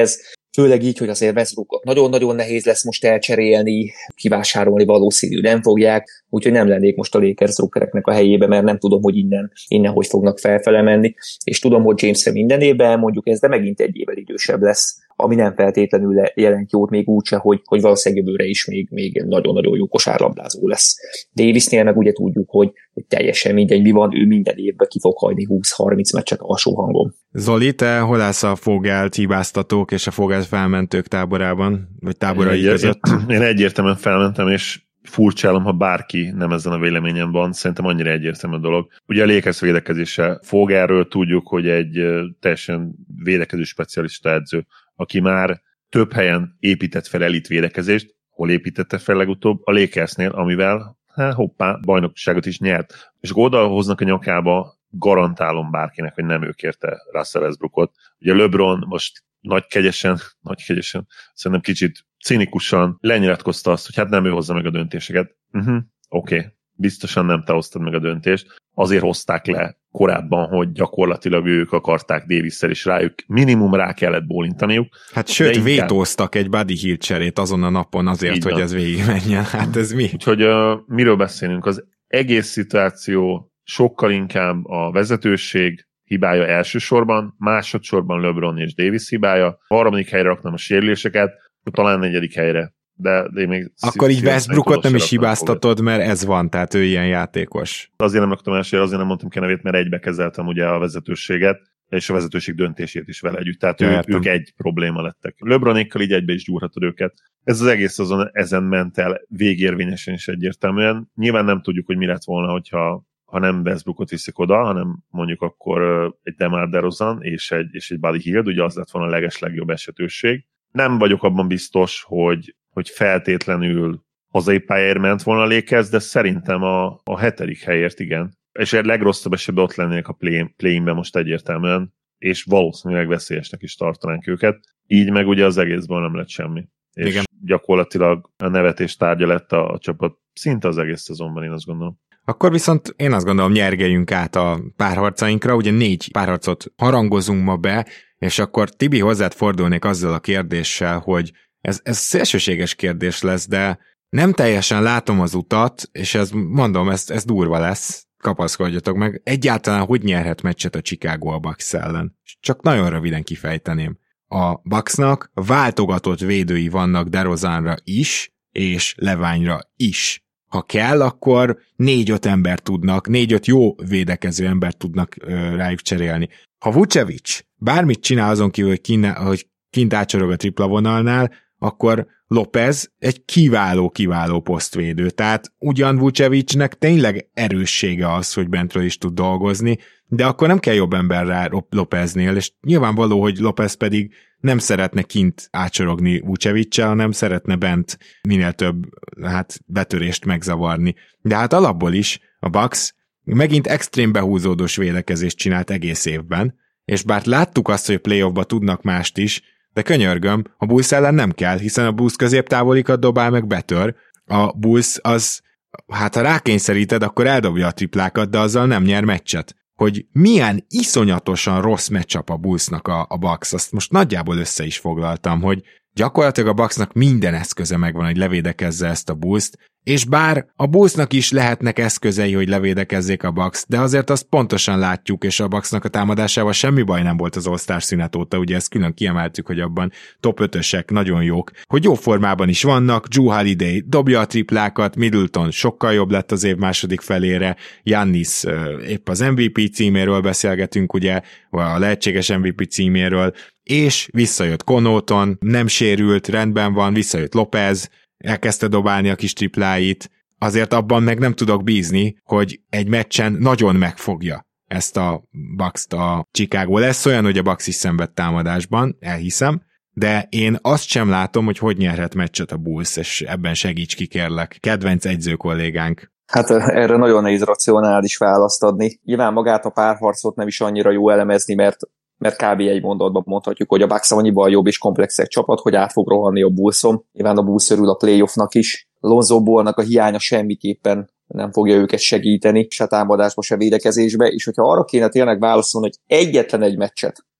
főleg így, hogy azért Westbrookot nagyon-nagyon nehéz lesz most elcserélni, kivásárolni valószínű nem fogják, úgyhogy nem lennék most a Lakers drukkereknek a helyébe, mert nem tudom, hogy innen, innen hogy fognak felfele menni, és tudom, hogy Jamesre minden évben mondjuk ez, de megint egy évvel idősebb lesz, ami nem feltétlenül jelent jót még úgyse, hogy, hogy valószínűleg jövőre is még, még nagyon-nagyon jó kosárlabdázó lesz. Davisnél meg ugye tudjuk, hogy, hogy teljesen mindegy, mi van, ő minden évben ki fog hajni húsz-harminc meccset alsó hangon. Zoli, te hol állsz a Fogelt hibáztatók és a Fogelt felmentők táborában, vagy táborai én, között? Én, én egyértelműen felmentem, és furcsálom, ha bárki nem ezen a véleményen van, szerintem annyira egyértelmű a dolog. Ugye a Lakers védekezése Fogelről tudjuk, hogy egy teljesen védekező specialista edző, aki már több helyen épített fel elit védekezést, hol építette fel legutóbb? A Lakersnél, amivel hát, hoppá, bajnokságot is nyert. És akkor odahoznak a nyakába, garantálom bárkinek, hogy nem ő kérte Russell Westbrookot. Ugye LeBron most nagy kegyesen, nagy kegyesen, szerintem kicsit cinikusan lenyilatkozta azt, hogy hát nem ő hozza meg a döntéseket. Uh-huh, Oké, okay. Biztosan nem te hoztad meg a döntést. Azért hozták le korábban, hogy gyakorlatilag ők akarták Davisszel, és rájuk minimum rá kellett bólintaniuk. Hát sőt, inkább... vétóztak egy Buddy Hield cserét azon a napon azért, így hogy van. Ez végigmenjen. Hát ez mi? Úgyhogy uh, miről beszélünk? Az egész szituáció sokkal inkább a vezetőség hibája elsősorban, másodszorban LeBron és Davis hibája, a harmadik helyre raknám a sérüléseket, talán negyedik helyre. De, de még akkor így Westbrookot nem is hibáztatod, mert ez van, tehát ő ilyen játékos. Azért nem raktam elsőre, azért nem mondtam ki a nevét, mert egybe kezeltem ugye a vezetőséget, és a vezetőség döntését is vele együtt, tehát ők, ők egy probléma lettek. LeBronékkal így egybe is gyúrhatod őket. Ez az egész azon ezen ment el végérvényesen is egyértelműen. Nyilván nem tudjuk, hogy mi lett volna, hogyha ha nem Westbrookot viszik oda, hanem mondjuk akkor egy DeMar DeRozan és egy, és egy Buddy Hield, ugye az lett volna a legeslegjobb esetőség. Nem vagyok abban biztos, hogy, hogy feltétlenül hazai pályáért ment volna a Lakers, de szerintem a, a hetedik helyért igen. És a legrosszabb esetben ott lennének a play, play-inben most egyértelműen, és valószínűleg veszélyesnek is tartanánk őket. Így meg ugye az egészből nem lett semmi. És igen. Gyakorlatilag a nevetés tárgya lett a, a csapat szinte az egész szezonban, én azt gondolom. Akkor viszont én azt gondolom, nyergeljünk át a párharcainkra, ugye négy párharcot harangozunk ma be, és akkor Tibi, hozzád fordulnék azzal a kérdéssel, hogy ez, ez szélsőséges kérdés lesz, de nem teljesen látom az utat, és ez, mondom, ez, ez durva lesz, kapaszkodjatok meg. Egyáltalán hogy nyerhet meccset a Chicago a Bucks ellen? Csak nagyon röviden kifejteném. A Bucksnak váltogatott védői vannak DeRozanra is, és Leványra is. Ha kell, akkor négy-öt ember tudnak, négy-öt jó védekező ember tudnak ö, rájuk cserélni. Ha Vucevic bármit csinál azon kívül, hogy, kine, hogy kint átcsorog a tripla vonalnál, akkor Lopez egy kiváló-kiváló posztvédő. Tehát ugyan Vucevicnek tényleg erőssége az, hogy bentről is tud dolgozni, de akkor nem kell jobb ember rá Lopeznél, és nyilvánvaló, hogy Lopez pedig nem szeretne kint átsorogni Vuceviccel, hanem szeretne bent minél több hát, betörést megzavarni. De hát alapból is a Bucks megint extrém behúzódós védekezést csinált egész évben, és bár láttuk azt, hogy a playoffba tudnak mást is, de könyörgöm, a Bulls ellen nem kell, hiszen a Bulls középtávolikat dobál meg betör. A Bulls az, hát ha rákényszeríted, akkor eldobja a triplákat, de azzal nem nyer meccset. Hogy milyen iszonyatosan rossz meccsap a Bullsnak a, a Bucks, azt most nagyjából össze is foglaltam, hogy gyakorlatilag a Bucksnak minden eszköze megvan, hogy levédekezze ezt a Bulls-t, és bár a Bullsnak is lehetnek eszközei, hogy levédekezzék a Bucks, de azért azt pontosan látjuk, és a Bucksnak a támadásával semmi baj nem volt az All-Star szünet óta, ugye ezt külön kiemeltük, hogy abban top ötösek nagyon jók, hogy jó formában is vannak, Jrue Holiday dobja a triplákat, Middleton sokkal jobb lett az év második felére, Giannis épp az em vé pé címéről beszélgetünk, ugye, a lehetséges em vé pé címéről, és visszajött Connaughton, nem sérült, rendben van, visszajött Lopez, elkezdte dobálni a kis tripláit, azért abban meg nem tudok bízni, hogy egy meccsen nagyon megfogja ezt a Bucks-t a Chicago. Lesz olyan, hogy a Bucks is szenved támadásban, elhiszem, de én azt sem látom, hogy hogy nyerhet meccset a Bulls, és ebben segíts ki, kérlek. Kedvenc egyző kollégánk. Hát erre nagyon nehéz racionális választ adni. Nyilván magát a párharcot nem is annyira jó elemezni, mert mert kb. Egy mondatban mondhatjuk, hogy a Bucks annyiban jobb és komplexebb csapat, hogy át fog rohanni a Bullson. Nyilván a Bulls örül a playoffnak is. Lonzo Ballnak a hiánya semmiképpen nem fogja őket segíteni, se támadásba, se védekezésbe, és hogyha arra kéne tényleg válaszolni, hogy egyetlen egy meccset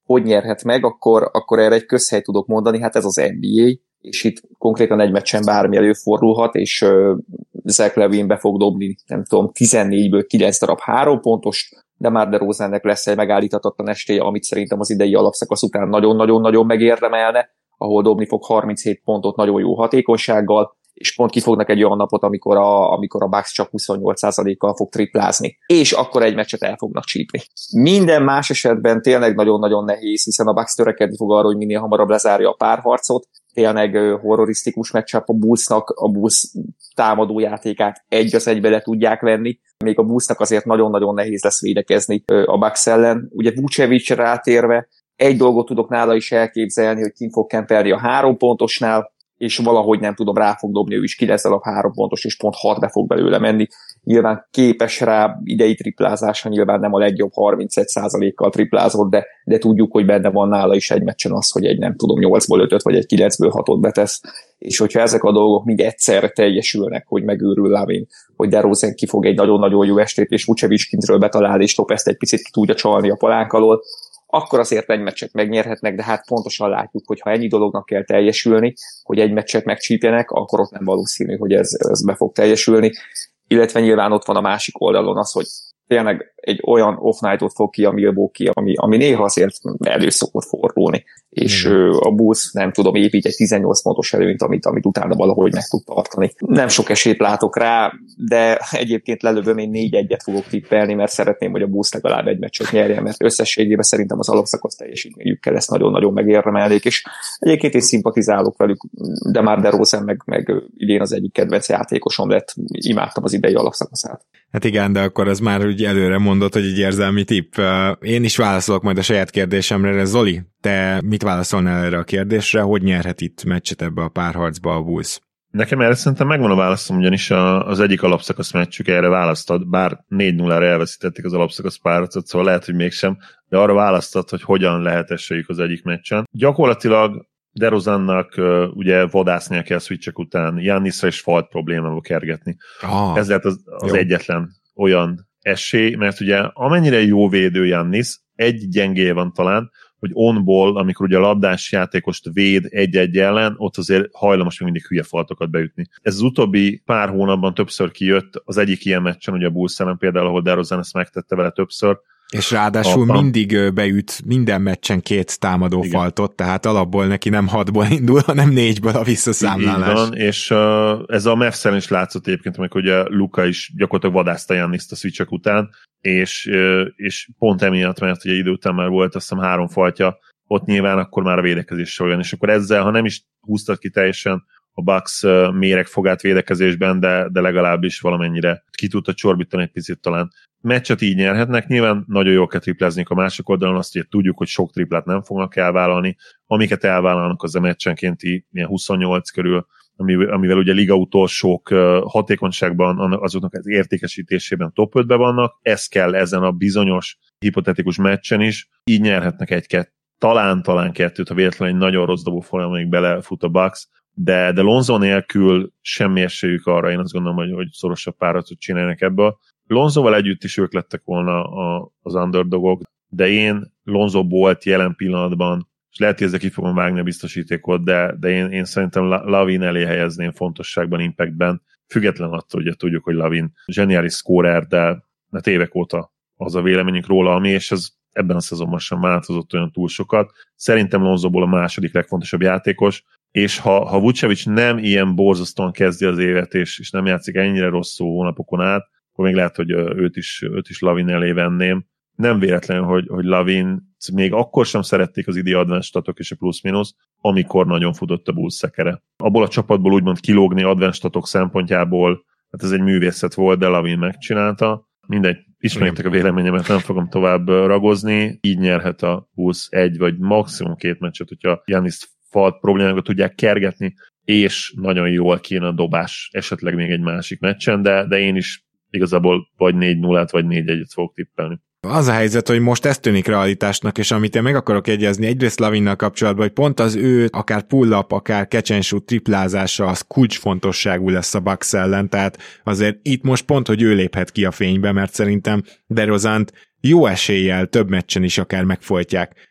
hogy nyerhet meg, akkor, akkor erre egy közhely tudok mondani, hát ez az en bé á, és itt konkrétan egy meccsen bármi előfordulhat, és uh, Zach Levine be fog dobni, nem tudom, tizennégyből kilenc darab három pontos, de már DeRozannek lesz egy megállíthatatlan esélye, amit szerintem az idei alapszakasz után nagyon-nagyon-nagyon megérdemelne, ahol dobni fog harminchét pontot nagyon jó hatékonysággal, és pont kifognak egy olyan napot, amikor a, amikor a Bucks csak huszonnyolc százalékkal fog triplázni. És akkor egy meccset el fognak csípni. Minden más esetben tényleg nagyon-nagyon nehéz, hiszen a Bucks törekedni fog arra, hogy minél hamarabb lezárja a párharcot. Tényleg horrorisztikus meccsap a Bullsnak, a Bulls támadójátékát egy az egybe le tudják venni. Még a Bullsnak azért nagyon-nagyon nehéz lesz védekezni a Bucks ellen. Ugye Vucevic rátérve, egy dolgot tudok nála is elképzelni, hogy kim fog kempelni a három pontosnál, és valahogy nem tudom, rá fog dobni ő is kilenc darab három pontos, és pont hat be fog belőle menni. Nyilván képes rá, idei triplázása nyilván nem a legjobb harmincegy százalékkal triplázott, de, de tudjuk, hogy benne van nála is egy meccsen az, hogy egy nem tudom, nyolcból ötöt vagy egy kilencből hatot betesz. És hogyha ezek a dolgok mind egyszerre teljesülnek, hogy megőrül Lavin, hogy DeRozan kifog egy nagyon-nagyon jó estét, és Vucevic kintről betalál, és Lopez egy picit ki tudja csalni a palánk alól, akkor azért egy meccset megnyerhetnek, de hát pontosan látjuk, hogy ha ennyi dolognak kell teljesülni, hogy egy meccset megcsípjenek, akkor ott nem valószínű, hogy ez, ez be fog teljesülni. Illetve nyilván ott van a másik oldalon az, hogy tényleg egy olyan off-nightot fog ki a Milwaukee, ami, ami néha azért elő szokott fordulni. És mm. a Bulls, nem tudom, épít egy tizennyolc pontos előnyt, amit, amit utána valahogy meg tud tartani. Nem sok esélyt látok rá, de egyébként lelövöm, én négy egyet fogok tippelni, mert szeretném, hogy a Bulls legalább egy meccset nyerjen, mert összességében szerintem az alapszakasz teljesítményükkel ezt nagyon-nagyon megérdemelnék, és egyébként én szimpatizálok velük, de már DeRozan meg, meg idén az egyik kedvenc játékosom lett, imádtam az idei alapszakaszát. Hát igen, de akkor ez már úgy előre mondott, hogy egy érzelmi tipp. Én is válaszolok majd a saját kérdésemre. Zoli, te mit válaszolnál erre a kérdésre? Hogy nyerhet itt meccset ebbe a párharcba a Bulls? Nekem erre szerintem megvan a válaszom, ugyanis az egyik alapszakasz meccsük erre választad, bár négy nullára elveszítették az alapszakasz párharcot, szóval lehet, hogy mégsem, de arra választad, hogy hogyan lehet esélyük az egyik meccsen. Gyakorlatilag DeRozannak uh, ugye vadásznia kell switchek után, Giannisra is falt problémába kergetni. Ah, Ez lehet az, az egyetlen olyan esély, mert ugye amennyire jó védő Giannis, egy gyengéje van talán, hogy on-ball, amikor ugye a labdás játékost véd egy-egy ellen, ott azért hajlamos még mindig hülye faltokat beütni. Ez az utóbbi pár hónapban többször kijött, az egyik ilyen meccsen, ugye a Bulls ellen például, ahol DeRozan ezt megtette vele többször, és ráadásul Abban. mindig beüt minden meccsen két támadó Igen. faltot, tehát alapból neki nem hatból indul, hanem négyből a visszaszámlálás. Így van, és uh, ez a Mavs-en is látszott egyébként, amikor ugye Luka is gyakorlatilag vadászta Gianniszt a switchek után, és, uh, és pont emiatt, mert ugye idő után már volt azt hiszem három faltja, ott nyilván akkor már a védekezés olyan, és akkor ezzel, ha nem is húztad ki teljesen a Bucks uh, méregfogát védekezésben, de, de legalábbis valamennyire ki tudta csorbítani egy picit talán. Meccset így nyerhetnek, nyilván nagyon jól kell triplázni a másik oldalon, azt ugye tudjuk, hogy sok triplát nem fognak elvállalni, amiket elvállalnak az a meccsenkénti ilyen huszonnyolc körül, amivel ugye liga utolsók hatékonyságban, azoknak az értékesítésében top ötben vannak, ez kell ezen a bizonyos hipotetikus meccsen is, így nyerhetnek egy-kettőt, talán-talán kettőt, ha véletlenül egy nagyon rossz dobó folyamig belefut a Bucks, de, de Lonzo nélkül semmi esélyük arra, én azt gondolom, hogy, hogy szorosabb páratot csinálnak ebből. Lonzoval együtt is ők lettek volna a, az underdogok, de én Lonzo volt jelen pillanatban, és lehet, hogy ezzel ki fogom vágni a biztosítékot, de, de én, én szerintem Lavin elé helyezném fontosságban, impactben, független attól, ugye tudjuk, hogy Lavin zseniális scorer, de mert évek óta az a véleményünk róla, ami, és ez ebben a szezonban sem változott olyan túl sokat. Szerintem Lonzoból a második legfontosabb játékos, és ha, ha Vucevic nem ilyen borzasztóan kezdi az évet, és, és nem játszik ennyire rosszul hónapokon át, akkor még lehet, hogy őt is, őt is Lavin elé venném. Nem véletlen, hogy, hogy Lavin még akkor sem szerették az idei advanced statok és a plusz-minusz, amikor nagyon futott a Bulls szekere. Abból a csapatból úgymond kilógni advanced statok szempontjából, hát ez egy művészet volt, de Lavin megcsinálta. Mindegy, ismerjétek a véleményemet, nem fogom tovább ragozni. Így nyerhet a Bulls egy vagy maximum két meccset, hogyha Giannis falt problémákat tudják kergetni, és nagyon jól kéne a dobás, esetleg még egy másik meccsen, de, de én is igazából vagy négy nullát, vagy négy egyet fogok tippelni. Az a helyzet, hogy most ez tűnik realitásnak, és amit én meg akarok egyezni egyrészt Lavinnal kapcsolatban, hogy pont az ő akár pull-up, akár catch and shoot triplázása az kulcsfontosságú lesz a Bucks ellen, tehát azért itt most pont, hogy ő léphet ki a fénybe, mert szerintem DeRozant jó eséllyel több meccsen is akár megfojtják.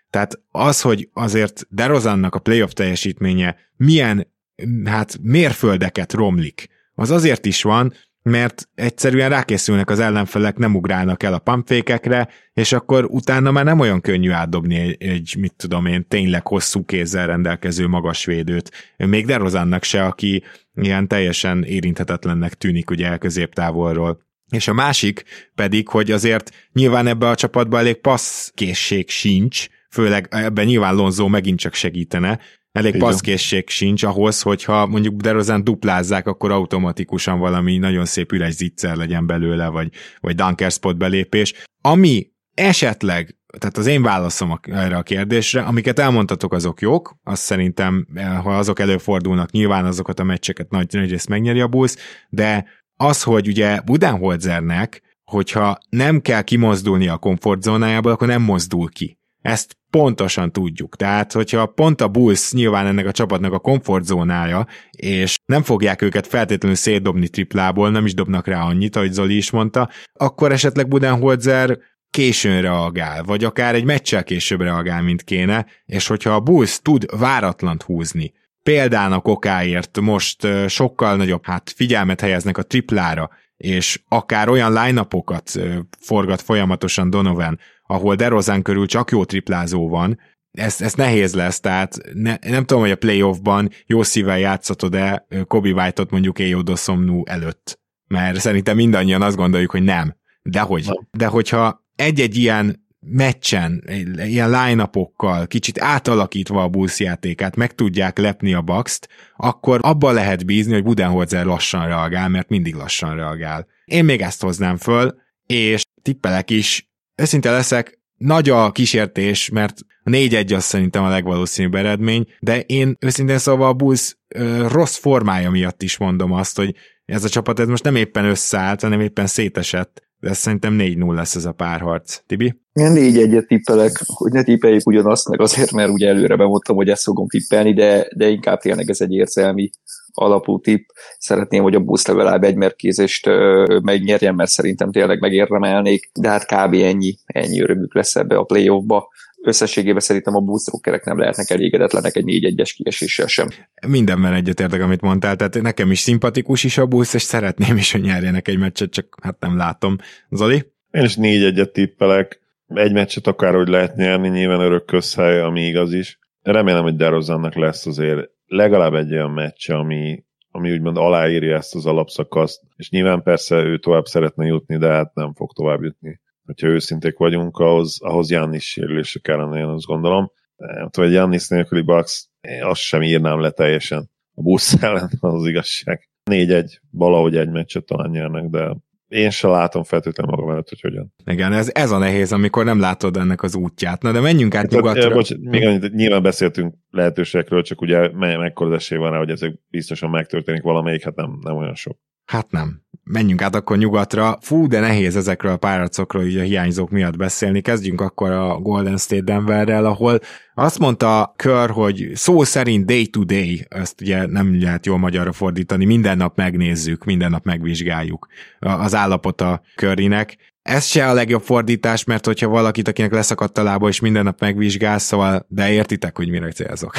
Tehát az, hogy azért DeRozannak a playoff teljesítménye milyen hát mérföldeket romlik, az azért is van, mert egyszerűen rákészülnek az ellenfelek, nem ugrálnak el a pumpfékekre, és akkor utána már nem olyan könnyű átdobni egy, egy mit tudom én, tényleg hosszú kézzel rendelkező magasvédőt. Még DeRozannak se, aki ilyen teljesen érinthetetlennek tűnik ugye középtávolról. És a másik pedig, hogy azért nyilván ebbe a csapatban elég passzkészség sincs, főleg ebben nyilván Lonzo megint csak segítene, elég Igen. passzkészség sincs ahhoz, hogyha mondjuk DeRozan duplázzák, akkor automatikusan valami nagyon szép üres zicser legyen belőle, vagy, vagy dunker spot belépés. Ami esetleg, tehát az én válaszom erre a kérdésre, amiket elmondtatok, azok jók, azt szerintem, ha azok előfordulnak, nyilván azokat a meccseket nagy, nagy részt megnyeri a Bulls, de az, hogy ugye Budenholzernek, hogyha nem kell kimozdulni a komfortzónájából, akkor nem mozdul ki. Ezt pontosan tudjuk. Tehát, hogyha pont a Bulls nyilván ennek a csapatnak a komfortzónája, és nem fogják őket feltétlenül szétdobni triplából, nem is dobnak rá annyit, ahogy Zoli is mondta, akkor esetleg Budenholzer későn reagál, vagy akár egy meccsel később reagál, mint kéne, és hogyha a Bulls tud váratlant húzni, például a kokáért most sokkal nagyobb hát figyelmet helyeznek a triplára, és akár olyan line-upokat forgat folyamatosan Donovan, ahol DeRozan körül csak jó triplázó van, ez, ez nehéz lesz, tehát ne, nem tudom, hogy a playoffban jó szívvel játszhatod-e Kobe White-ot mondjuk Ayo Dosunmu előtt, mert szerintem mindannyian azt gondoljuk, hogy nem. Dehogy. De hogyha egy-egy ilyen meccsen, ilyen line-upokkal, kicsit átalakítva a Bulls játékát meg tudják lepni a Bucks-t, akkor abban lehet bízni, hogy Budenholzer lassan reagál, mert mindig lassan reagál. Én még ezt hoznám föl, és tippelek is, őszinte leszek, nagy a kísértés, mert a négy egy az szerintem a legvalószínűbb eredmény, de én őszintén szóval a Bulls ö, rossz formája miatt is mondom azt, hogy ez a csapat ez most nem éppen összeállt, hanem éppen szétesett, de szerintem négy null lesz ez a párharc. Tibi? Én négy egyet tippelek, hogy ne tippeljük ugyanazt, meg azért, mert ugye előre bemondtam, hogy ezt fogom tippelni, de, de inkább tényleg ez egy érzelmi alapú tipp. Szeretném, hogy a Bulls legalább egy mérkőzést megnyerjen, mert szerintem tényleg megérdemelnék, de hát kb. ennyi, ennyi örömük lesz ebbe a playoffba. Összességében szerintem a Bulls rockerek nem lehetnek elégedetlenek egy négy egyes kieséssel sem. Mindenben egyetértek, amit mondtál, tehát nekem is szimpatikus is a Bulls, és szeretném is, hogy nyerjenek egy meccset, csak hát nem látom. Zoli? Én is négy egyet tippelek. Egy meccset akárhogy lehet nyerni, nyilván örök közhely, ami igaz is. Remélem, hogy DeRozannak lesz azért legalább egy olyan meccs, ami, ami úgymond aláírja ezt az alapszakaszt, és nyilván persze ő tovább szeretne jutni, de hát nem fog tovább jutni. Hogyha őszinték vagyunk, ahhoz, ahhoz Giannis sérülése kellene, én azt gondolom. Nem tudom, hogy Giannis nélküli Bucks, én azt sem írnám le teljesen. A Bulls ellen az igazság. négy egy, valahogy egy meccset talán nyernek, de én se látom feltétlenül magam előtt, hogy hogyan. Igen, ez, ez a nehéz, amikor nem látod ennek az útját. Na de menjünk át nyugatra. Bocs, még annyit, nyilván beszéltünk lehetőségekről, csak ugye mekkora esély van rá, hogy ezek biztosan megtörténik valamelyik, hát nem, nem olyan sok. Hát nem. Menjünk át akkor nyugatra. Fú, de nehéz ezekről a párharcokról így a hiányzók miatt beszélni. Kezdjünk akkor a Golden State Denverrel, ahol azt mondta Kerr, hogy szó szerint day to day, ezt ugye nem lehet jól magyarra fordítani, minden nap megnézzük, minden nap megvizsgáljuk az állapota Currynek. Ez se a legjobb fordítás, mert hogyha valakit, akinek leszakadt a lába, és minden nap megvizsgál, szóval, de értitek, hogy mire célzok.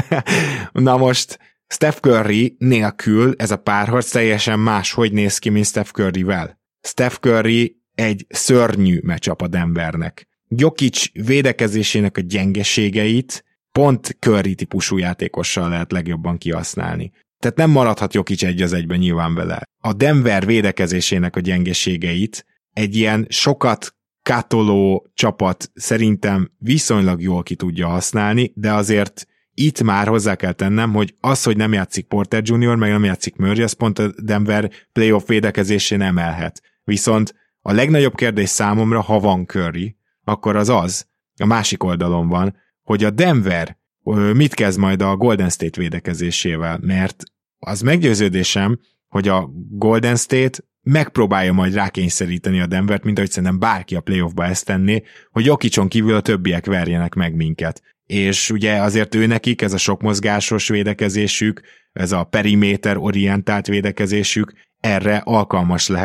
Na most Steph Curry nélkül ez a párharc teljesen máshogy néz ki, mint Steph Curryvel. Steph Curry egy szörnyű matchup a Denvernek. Jokic védekezésének a gyengeségeit pont Curry típusú játékossal lehet legjobban kihasználni. Tehát nem maradhat Jokic egy az egyben nyilván vele. A Denver védekezésének a gyengeségeit egy ilyen sokat katoló csapat szerintem viszonylag jól ki tudja használni, de azért itt már hozzá kell tennem, hogy az, hogy nem játszik Porter junior, meg nem játszik Murray, az pont a Denver playoff védekezésén emelhet. Viszont a legnagyobb kérdés számomra, ha van Curry, akkor az az, a másik oldalon van, hogy a Denver mit kezd majd a Golden State védekezésével, mert az meggyőződésem, hogy a Golden State megpróbálja majd rákényszeríteni a Denvert, mint ahogy szerintem bárki a playoffba ezt tenné, hogy Jokicon kívül a többiek verjenek meg minket. És ugye azért ő nekik ez a sok mozgásos védekezésük, ez a periméter orientált védekezésük erre alkalmas lehet,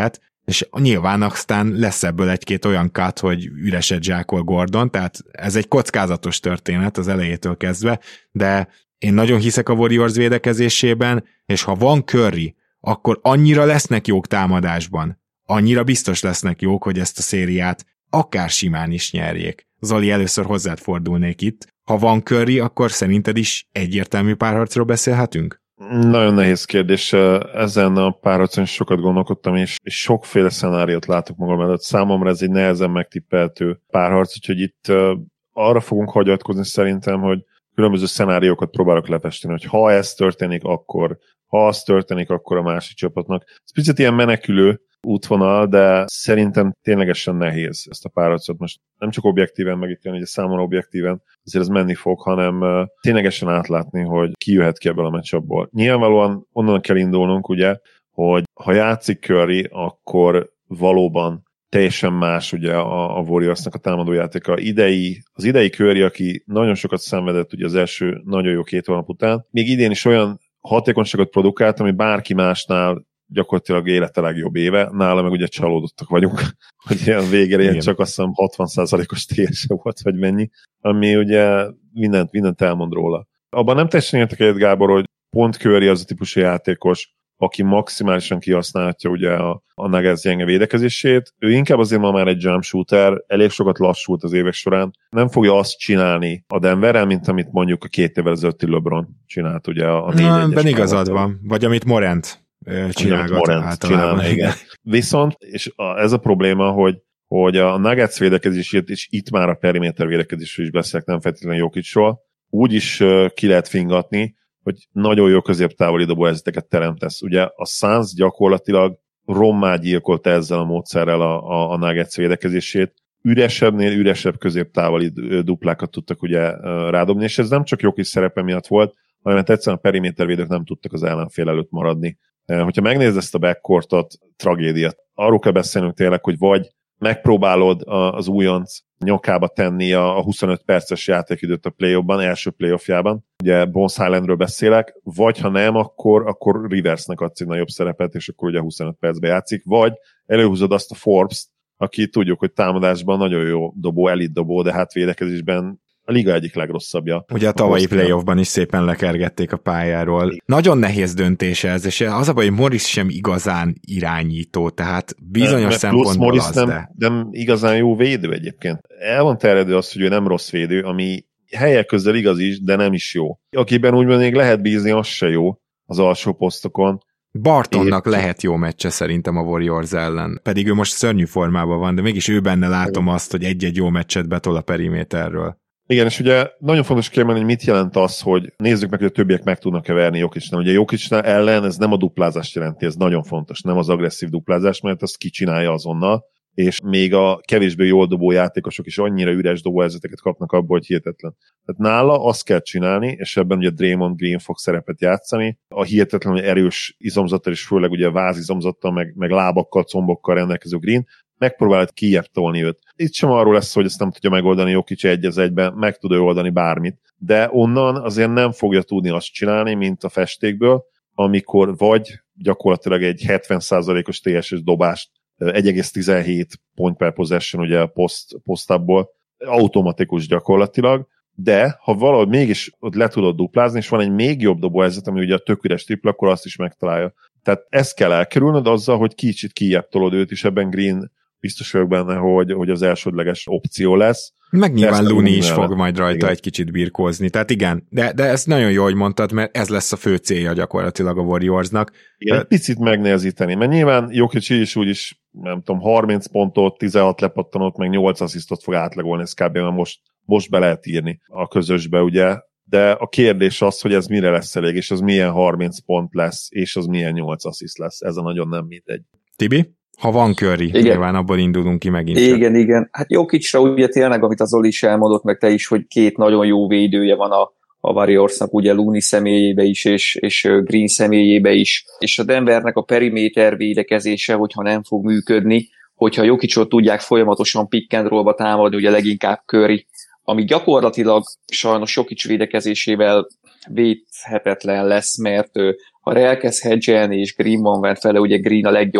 és nyilván aztán lesz ebből egy-két olyan cut, hogy üreset zsákol Gordon, tehát ez egy kockázatos történet az elejétől kezdve, de én nagyon hiszek a Warriors védekezésében, és ha van Curry, akkor annyira lesznek jók támadásban, annyira biztos lesznek jók, hogy ezt a szériát akár simán is nyerjék. Zoli, először hozzád fordulnék itt. Ha van Curry, akkor szerinted is egyértelmű párharcról beszélhetünk? Nagyon nehéz kérdés. Ezen a párharcon is sokat gondolkodtam, és, és sokféle szenáriót látok magam előtt. Számomra ez egy nehezen megtippeltő párharc, úgyhogy itt uh, arra fogunk hagyatkozni szerintem, hogy különböző szenáriókat próbálok lefesteni, hogy ha ez történik, akkor ha az történik, akkor a másik csapatnak. Ez picit ilyen menekülő útvonal, de szerintem ténylegesen nehéz ezt a párharcot most nem csak objektíven megítélni, ugye számomra objektíven azért ez menni fog, hanem uh, ténylegesen átlátni, hogy ki jöhet ki ebből a meccsabból. Nyilvánvalóan onnan kell indulnunk, ugye, hogy ha játszik Curry, akkor valóban teljesen más ugye a, a Warriorsnak a támadójátéka. Idei, az idei Curry, aki nagyon sokat szenvedett ugye az első nagyon jó két hónap után, még idén is olyan hatékonyságot produkált, ami bárki másnál gyakorlatilag élete legjobb éve, nála meg ugye csalódottak vagyunk, hogy ilyen végére ilyen csak azt hiszem hatvan százalékos té es volt, vagy mennyi, ami ugye mindent, mindent elmond róla. Abban nem teljesen értek egyet, Gábor, hogy pont Curry az a típusú játékos, aki maximálisan kihasználhatja ugye a, a Nuggets gyenge védekezését. Ő inkább azért ma már egy jump shooter, elég sokat lassult az évek során. Nem fogja azt csinálni a Denverrel, mint amit mondjuk a két évvel ezelőtti LeBron csinált ugye a négy egyes. Ebben igazad van, vagy amit Morant csinálgat Morant általában. Csinál, igen. Viszont, és a, ez a probléma, hogy, hogy a Nuggets védekezését, és itt már a periméter védekezésről is beszélek, nem feltétlenül Jokicról, úgy is uh, ki lehet fingatni, hogy nagyon jó középtávoli dobóhelyzeteket teremtesz. Ugye a Suns gyakorlatilag rommá gyilkolta ezzel a módszerrel a, a, a Nuggets védekezését. Üresebbnél üresebb középtávoli duplákat tudtak ugye rádobni, és ez nem csak Jokic szerepe miatt volt, hanem egyszerűen a perimétervédők nem tudtak az ellenfél előtt maradni. Hogyha megnézed ezt a backcourtot, tragédia. Arról kell beszélnünk tényleg, hogy vagy megpróbálod az újonc nyakába tenni a huszonöt perces játékidőt a play-offban, első play-offjában. Ugye Bones Highlandről beszélek, vagy ha nem, akkor, akkor Riversnek adsz egy nagyobb szerepet, és akkor ugye huszonöt percben játszik, vagy előhúzod azt a Forbes-t, aki tudjuk, hogy támadásban nagyon jó dobó, elit dobó, de hát védekezésben a liga egyik legrosszabbja. Ugye a tavalyi playoffban is szépen lekergették a pályáról. Nagyon nehéz döntése ez, és az a baj, hogy Morris sem igazán irányító, tehát bizonyos mert szempontból Morris az, nem, de... nem igazán jó védő egyébként. El van terjedő az, hogy ő nem rossz védő, ami helyek közel igaz is, de nem is jó. Akiben úgymond még lehet bízni, az se jó az alsó posztokon. Bartonnak Én... lehet jó meccse szerintem a Warriors ellen, pedig ő most szörnyű formában van, de mégis ő benne látom azt, hogy egy-egy jó meccset betol a periméterről. Igen, és ugye nagyon fontos kiemelni, hogy mit jelent az, hogy nézzük meg, hogy a többiek meg tudnak-e verni Jokicnál. Ugye Jokicnál ellen ez nem a duplázást jelenti, ez nagyon fontos, nem az agresszív duplázás, mert azt kicsinálja azonnal, és még a kevésbé jól dobó játékosok is annyira üres dobóhelyzeteket kapnak abból, hogy hihetetlen. Tehát nála azt kell csinálni, és ebben ugye Draymond Green fog szerepet játszani, a hihetetlenül erős izomzattal, és főleg ugye vázizomzattal, meg, meg lábakkal, combokkal rendelkező Green, megpróbálod kijebb tolni őt. Itt sem arról lesz, hogy ezt nem tudja megoldani Jokic egy az egyben, meg tudja oldani bármit, de onnan azért nem fogja tudni azt csinálni, mint a festékből, amikor vagy gyakorlatilag egy hetven százalékos té es es dobást, egy egész tizenhét point per possession, ugye a post, posztából, automatikus gyakorlatilag, de ha valahogy mégis ott le tudod duplázni, és van egy még jobb dobóhelyzet, ami ugye a tök üres tripla, akkor azt is megtalálja. Tehát ezt kell elkerülnöd azzal, hogy kicsit kijebb tolod őt, és ebben Green biztos vagyok benne, hogy, hogy az elsődleges opció lesz. Meg nyilván Looney is neve. fog majd rajta igen. egy kicsit birkózni. Tehát igen, de, de ez nagyon jó, hogy mondtad, mert ez lesz a fő célja gyakorlatilag a Warriorsnak. Igen, egy picit megnehezíteni, mert nyilván Jokic is úgyis, nem tudom, harminc pontot, tizenhat lepattanót, meg nyolc asszisztot fog átlagolni, ez kb. Mert most, most be lehet írni a közösbe, ugye, de a kérdés az, hogy ez mire lesz elég, és az milyen harminc pont lesz, és az milyen nyolc assziszt lesz. Ez a nagyon nem mindegy. Tibi? Ha van Curry, igen. Nyilván abból indulunk ki megint. Igen, se. igen. Hát Jokicra ugye tényleg, amit az Zoli is elmondott, meg te is, hogy két nagyon jó védője van a, a Warriorsnak, ugye Looney személyébe is, és, és Green személyébe is. És a Denvernek a periméter védekezése, hogyha nem fog működni, hogyha Jokicot tudják folyamatosan pick and rollba támadni, ugye leginkább Curry, ami gyakorlatilag sajnos Jokic védekezésével védhetetlen lesz, mert ha elkezd hedgelni, és Green van fele, ugye Green a legjobb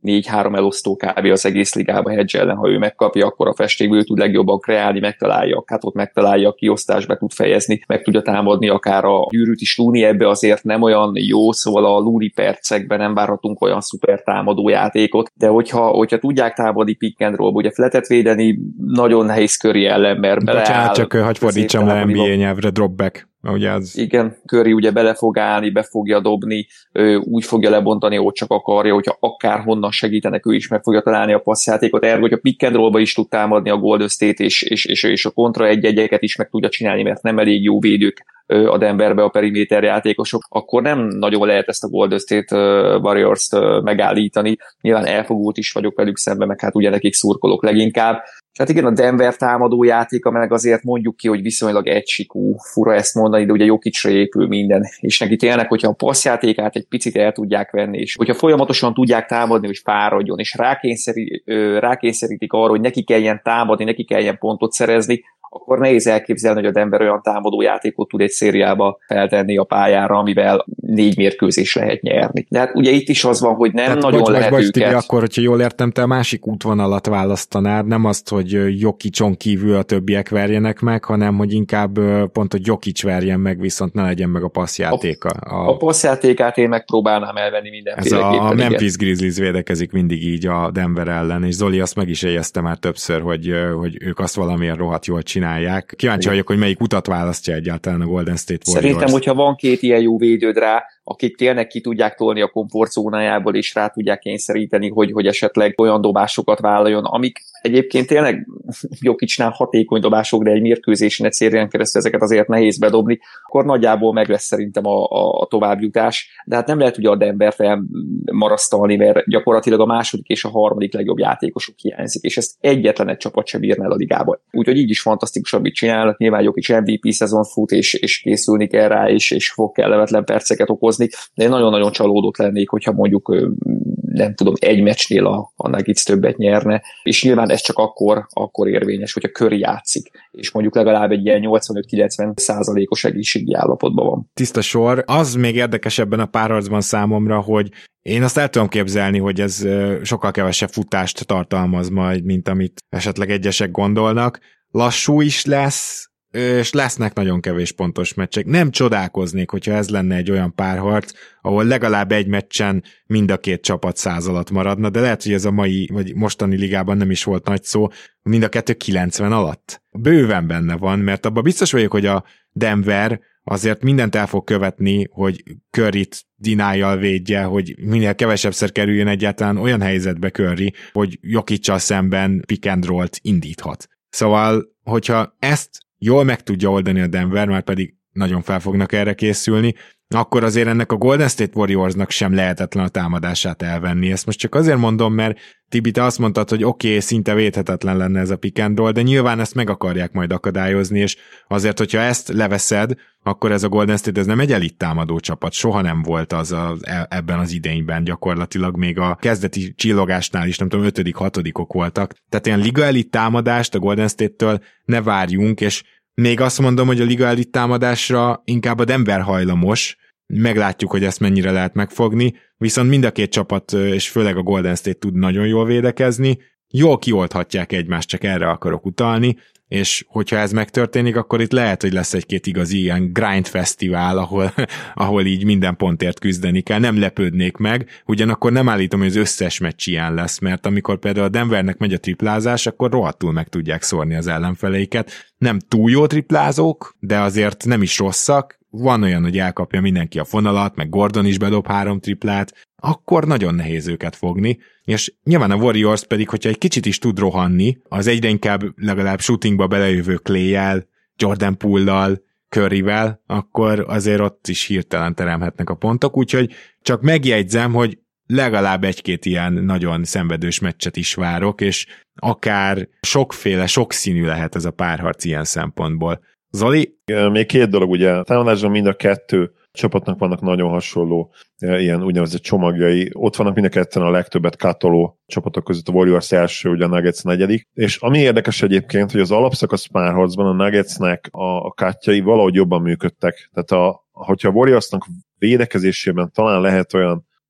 négy-három elosztó kb. Az egész ligába Hedge ellen, ha ő megkapja, akkor a festékből tud legjobban kreálni, megtalálja a katot, megtalálja a kiosztást, be tud fejezni, meg tudja támadni, akár a gyűrűt is lúni, ebbe azért nem olyan jó, szóval a lúni percekben nem várhatunk olyan szuper támadó játékot, de hogyha, hogyha tudják támadni pick and roll, ugye fletet védeni, nagyon nehéz Curry ellen, mert beleáll. Bocsánat, csak hogy fordítsam le en bé á nyelvre, dropback. Ugye az... Igen, Curry ugye bele fog állni, be fogja dobni, úgy fogja lebontani, hogy csak akarja, hogyha akárhonnan segítenek, ő is meg fogja találni a passzjátékot. Ergo, hogy a pick and rollba is tud támadni a Golden State, és, és, és, és a kontra egy-egyeket is meg tudja csinálni, mert nem elég jó védők a Denverbe a periméter játékosok, akkor nem nagyon lehet ezt a Golden State Warriors-t megállítani. Nyilván elfogult is vagyok velük szemben, meg hát ugye nekik szurkolok leginkább. És hát igen, a Denver támadó játéka meg azért mondjuk ki, hogy viszonylag egysikú, fura ezt mondani, de ugye Jokićra épül minden. És neki tényleg, hogyha a passzjátékát egy picit el tudják venni, és hogyha folyamatosan tudják támadni, hogy fáradjon, és rákényszerí, rákényszerítik arra, hogy neki kelljen támadni, neki kelljen pontot szerezni, akkor nehéz elképzelni, hogy a Denver olyan támadó játékot tud egy szériába feltenni a pályára, amivel négy mérkőzés lehet nyerni. De hát ugye itt is az van, hogy nem Tehát nagyon bocs, lehet bocs, őket... Tibi, akkor, hogyha jól értem, te a másik útvonalat választanád, nem azt, hogy Jokicson kívül a többiek verjenek meg, hanem hogy inkább pont, hogy Jokic verjen meg, viszont ne legyen meg a passzjátéka. A, a passzjátékát én megpróbálnám elvenni mindenféleképpen. Ez a, a Memphis Grizzlies védekezik mindig így a Denver ellen, és Zoli azt meg is jegyezte már többször, hogy, hogy ők azt valamilyen rohadt jól csinálják. Kíváncsi vagyok, hogy melyik utat választja egyáltalán a Golden State Warriors. Szerintem, hogyha van két ilyen jó védőd rá, akik tényleg ki tudják tolni a komfortzónájából, és rá tudják kényszeríteni, hogy, hogy esetleg olyan dobásokat vállaljon, amik egyébként tényleg Jokicnál hatékony dobások, de egy mérkőzésen egy szérián keresztül ezeket azért nehéz bedobni, akkor nagyjából meg lesz szerintem a, a, a továbbjutás, de hát nem lehet ugye a Denvert elmarasztalni, mert gyakorlatilag a második és a harmadik legjobb játékosuk hiányzik, és ezt egyetlen egy csapat sem bírná el a ligába. Úgyhogy így is fantasztikus, amit csinálnak, nyilván Jokic em vé pé szezon fut, és, és készülni kell rá, és, és fog kellemetlen perceket okozni, de én nagyon-nagyon csalódott lennék, hogyha mondjuk nem tudom, egy meccsnél a, a Nuggets többet nyerne, és nyilván ez csak akkor, akkor érvényes, hogyha Curry játszik, és mondjuk legalább egy ilyen nyolcvanöt-kilencven százalékos egészségi állapotban van. Tiszta sor. Az még érdekes ebben a párharcban számomra, hogy én azt el tudom képzelni, hogy ez sokkal kevesebb futást tartalmaz majd, mint amit esetleg egyesek gondolnak. Lassú is lesz, és lesznek nagyon kevés pontos meccsek. Nem csodálkoznék, hogyha ez lenne egy olyan párharc, ahol legalább egy meccsen mind a két csapat száz alatt maradna, de lehet, hogy ez a mai, vagy mostani ligában nem is volt nagy szó, mind a kettő kilencven alatt. Bőven benne van, mert abban biztos vagyok, hogy a Denver azért mindent el fog követni, hogy Curryt denial védje, hogy minél kevesebbszer kerüljön egyáltalán olyan helyzetbe Curry, hogy Jokiccal szemben pick and roll-t indíthat. Szóval, hogyha ezt jól meg tudja oldani a Denver, már pedig nagyon fel fognak erre készülni, akkor azért ennek a Golden State Warriorsnak sem lehetetlen a támadását elvenni. Ezt most csak azért mondom, mert Tibi, te azt mondtad, hogy oké, okay, szinte védhetetlen lenne ez a pick and roll, de nyilván ezt meg akarják majd akadályozni, és azért, hogyha ezt leveszed, akkor ez a Golden State ez nem egy elit támadó csapat, soha nem volt az a, ebben az idényben, gyakorlatilag még a kezdeti csillogásnál is, nem tudom, ötödik, hatodikok voltak. Tehát ilyen liga elit támadást a Golden State-től ne várjunk, és még azt mondom, hogy a liga elit támadásra inkább a Denver hajlamos, meglátjuk, hogy ezt mennyire lehet megfogni, viszont mind a két csapat, és főleg a Golden State tud nagyon jól védekezni, jól kioldhatják egymást, csak erre akarok utalni, és hogyha ez megtörténik, akkor itt lehet, hogy lesz egy-két igazi ilyen grind fesztivál, ahol, ahol így minden pontért küzdeni kell, nem lepődnék meg, ugyanakkor nem állítom, hogy az összes meccs ilyen lesz, mert amikor például a Denvernek megy a triplázás, akkor rohadtul meg tudják szórni az ellenfeleiket. Nem túl jó triplázók, de azért nem is rosszak, van olyan, hogy elkapja mindenki a fonalat, meg Gordon is bedob három triplát, akkor nagyon nehéz őket fogni, és nyilván a Warriors pedig, hogyha egy kicsit is tud rohanni, az egyre inkább legalább shootingba belejövő Clay-jel, Jordan Poole-dal, Curryvel, akkor azért ott is hirtelen teremhetnek a pontok, úgyhogy csak megjegyzem, hogy legalább egy-két ilyen nagyon szenvedős meccset is várok, és akár sokféle, sokszínű lehet ez a párharc ilyen szempontból. Zoli? Még két dolog, ugye támadásban mind a kettő csapatnak vannak nagyon hasonló ilyen úgynevezett csomagjai. Ott vannak mind a ketten a legtöbbet katoló csapatok között, a Warriors első, ugye a Nuggets negyedik. És ami érdekes egyébként, hogy az alapszakasz párharcban a Nuggetsnek a, a kátjai valahogy jobban működtek. Tehát a, hogyha a Warriorsnak védekezésében talán lehet olyan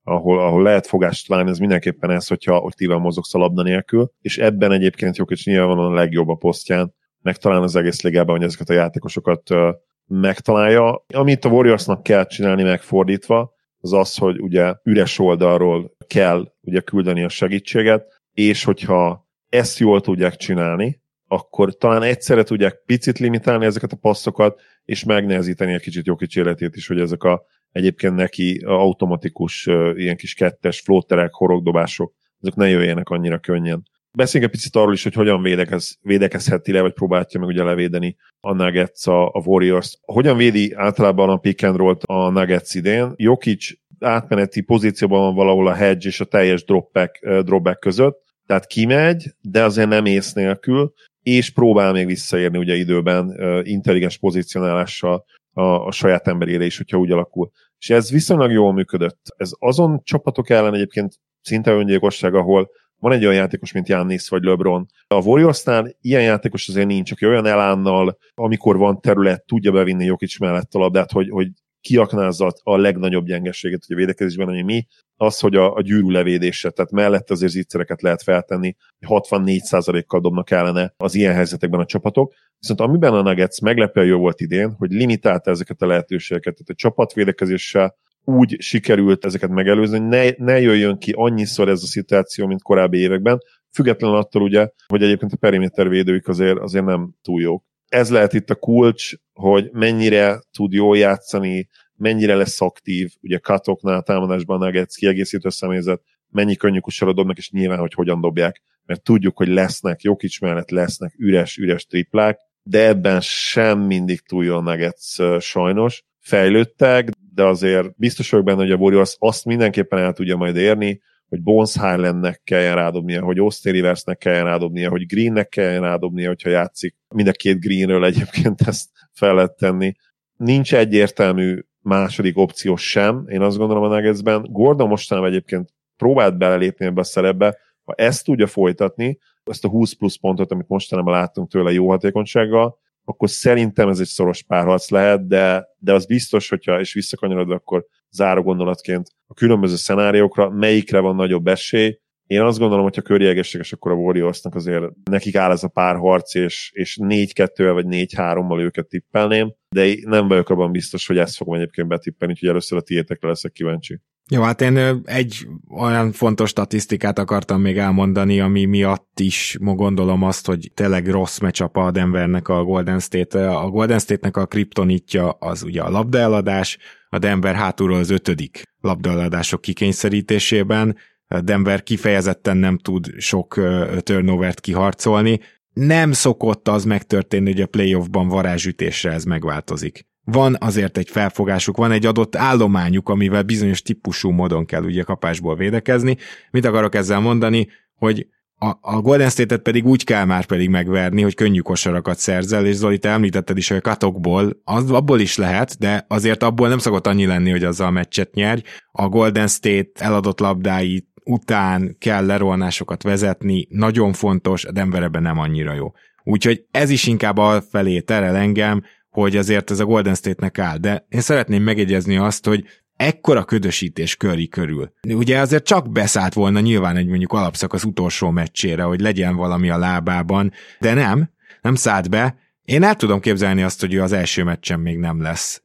ahol, ahol lehet fogást találni, ez mindenképpen ez, hogyha aktívan mozogsz a labda nélkül, és ebben egyébként Jokic nyilvánvalóan a legjobb a posztján, megtalálni az egész ligában, hogy ezeket a játékosokat uh, megtalálja. Amit a Warriorsnak kell csinálni megfordítva, az az, hogy ugye üres oldalról kell ugye küldeni a segítséget, és hogyha ezt jól tudják csinálni, akkor talán egyszerre tudják picit limitálni ezeket a passzokat, és megnehezíteni egy kicsit Jokic életét is, hogy ezek a egyébként neki automatikus ilyen kis kettes flóterek, horogdobások, azok ne jöjjenek annyira könnyen. Beszéljünk egy picit arról is, hogy hogyan védekez, védekezheti le, vagy próbálja meg ugye levédeni a Nuggets a, a Warriors. Hogyan védi általában a pick and roll-t a Nuggets idén? Jokic átmeneti pozícióban van valahol a hedge és a teljes dropback, dropback között, tehát kimegy, de azért nem ész nélkül, és próbál még visszaérni ugye időben intelligens pozícionálással a, a saját emberére is, hogyha úgy alakul. És ez viszonylag jól működött. Ez azon csapatok ellen egyébként szinte öngyilkosság, ahol van egy olyan játékos, mint Giannis vagy LeBron. A Warriorsnál ilyen játékos azért nincs, aki olyan elánnal, amikor van terület, tudja bevinni Jokic mellett a labdát, hogy, hogy kiaknázza a legnagyobb gyengeséget a védekezésben, ami mi, az, hogy a, a gyűrű levédése, tehát mellett azért zicsereket lehet feltenni, hatvannégy százalékkal dobnak ellene az ilyen helyzetekben a csapatok. Viszont amiben a Nuggets meglepően jó volt idén, hogy limitálta ezeket a lehetőségeket, tehát a csapatvédekezéssel úgy sikerült ezeket megelőzni, hogy ne, ne jöjjön ki annyiszor ez a szituáció, mint korábbi években, függetlenül attól ugye, hogy egyébként a periméter védőik azért, azért nem túl jók. Ez lehet itt a kulcs, hogy mennyire tud jól játszani, mennyire lesz aktív, ugye katoknál, támadásban Nuggets, kiegészítő személyzet, mennyi könnyű kusarra dobnak, és nyilván, hogy hogyan dobják, mert tudjuk, hogy lesznek, Jokic mellett lesznek üres, üres triplák, de ebben sem mindig túl jó a Nuggets sajnos. Fejlődtek, de azért biztos vagyok benne, hogy a Warriors azt mindenképpen el tudja majd érni, hogy Bones Highlandnek kelljen rádobnia, hogy Austin Riversnek kelljen rádobnia, hogy Greennek kelljen rádobnia, hogyha játszik. Mind a két Greenről egyébként ezt fel lehet tenni. Nincs egyértelmű második opció sem, én azt gondolom a Nuggetsben. Gordon mostanában egyébként próbált belelépni ebbe a szerepbe, ha ezt tudja folytatni, ezt a húsz plusz pontot, amit mostanában láttunk tőle jó hatékonysággal, akkor szerintem ez egy szoros párharc lehet, de, de az biztos, hogyha, és visszakanyarodva, akkor záró gondolatként a különböző szenáriókra, melyikre van nagyobb esély. Én azt gondolom, hogyha körri egészséges, akkor a Warriorsnak azért nekik áll ez a párharc, és, és négy kettővel vagy négy hárommal őket tippelném, de nem vagyok abban biztos, hogy ezt fogom egyébként betippelni, úgyhogy először a tiétekre leszek kíváncsi. Jó, hát én egy olyan fontos statisztikát akartam még elmondani, ami miatt is gondolom azt, hogy tényleg rossz matchup a Denvernek a Golden State. A Golden State-nek a kriptonitja az ugye a labdaeladás, a Denver hátulról az ötödik labdaeladások kikényszerítésében, Denver kifejezetten nem tud sok turnovert kiharcolni. Nem szokott az megtörténni, hogy a playoffban varázsütésre ez megváltozik. Van azért egy felfogásuk, van egy adott állományuk, amivel bizonyos típusú módon kell ugye kapásból védekezni. Mit akarok ezzel mondani, hogy a, a Golden State-et pedig úgy kell már pedig megverni, hogy könnyű kosarakat szerzel, és Zoli, te említetted is, hogy a katokból, az, abból is lehet, de azért abból nem szokott annyi lenni, hogy azzal a meccset nyerj. A Golden State eladott labdái után kell lerolnásokat vezetni, nagyon fontos, a Denver ebben nem annyira jó. Úgyhogy ez is inkább alfelé terel engem, hogy azért ez a Golden State-nek áll, de én szeretném megjegyezni azt, hogy ekkora ködösítés Curry körül. Ugye azért csak beszállt volna nyilván egy mondjuk alapszakasz utolsó meccsére, hogy legyen valami a lábában, de nem, nem szállt be. Én el tudom képzelni azt, hogy ő az első meccsen még nem lesz,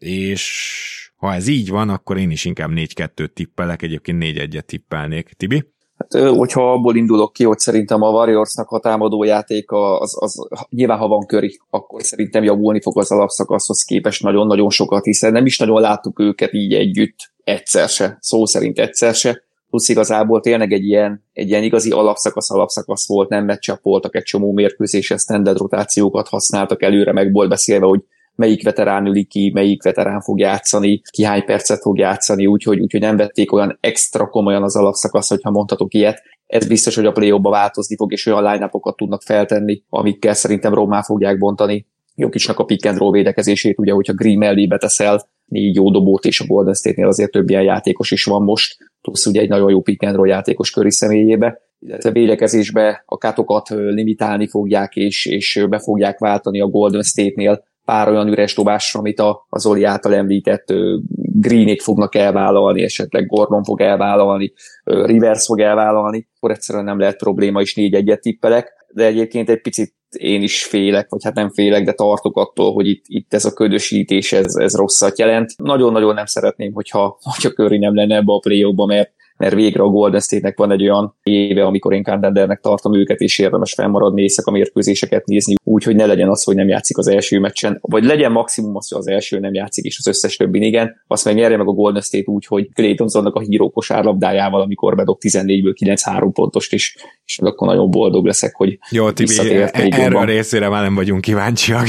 és ha ez így van, akkor én is inkább négy kettőt tippelek, egyébként négy egyet tippelnék. Tibi? Hát, hogyha abból indulok ki, hogy szerintem a Warriorsnak a támadó játéka, az, az nyilván ha van Curry, akkor szerintem javulni fog az alapszakaszhoz képest nagyon-nagyon sokat, hiszen nem is nagyon láttuk őket így együtt egyszer se, szó szerint egyszer se. Plusz igazából tényleg egy ilyen, egy ilyen igazi alapszakasz alapszakasz volt, nem matchup voltak, egy csomó mérkőzésen standard rotációkat használtak előre, meg volt beszélve, hogy melyik veterán ülik ki, melyik veterán fog játszani, ki hány percet fog játszani, úgyhogy, úgyhogy nem vették olyan extra komolyan az alapszakasz, hogyha mondhatok ilyet. Ez biztos, hogy a play-offba változni fog, és olyan line-upokat tudnak feltenni, amikkel szerintem rommá fogják bontani Jokicnak a pick and roll védekezését, ugye, hogyha Green mellé beteszel négy jó dobót, és a Golden State-nél azért több ilyen játékos is van most, plusz ugye egy nagyon jó pick and roll játékos Curry személyébe, illetve védekezésbe a katokat limitálni fogják, és, és be fogják váltani a Golden State-nél pár olyan üres dobásra, amit a, a Zoli által említett Greenék fognak elvállalni, esetleg Gordon fog elvállalni, Rivers fog elvállalni, akkor egyszerűen nem lehet probléma, és négy egyet tippelek, de egyébként egy picit én is félek, vagy hát nem félek, de tartok attól, hogy itt, itt ez a ködösítés, ez, ez rosszat jelent. Nagyon-nagyon nem szeretném, hogyha, hogyha Curry nem lenne ebbe a play-offba, mert mert végre a Golden State-nek van egy olyan éve, amikor én contendernek tartom őket, és érdemes fennmaradni, éjszaka mérkőzéseket nézni, úgyhogy ne legyen az, hogy nem játszik az első meccsen, vagy legyen maximum az, hogy az első nem játszik, és az összes többi igen, azt meg nyerje meg a Golden State úgy, hogy Klay Thompsonnak a híró kosárlabdájával, amikor bedob tizennégyből kilenc három pontost, és, és akkor nagyon boldog leszek, hogy jó, Tibi, erre a részére már nem vagyunk kíváncsiak.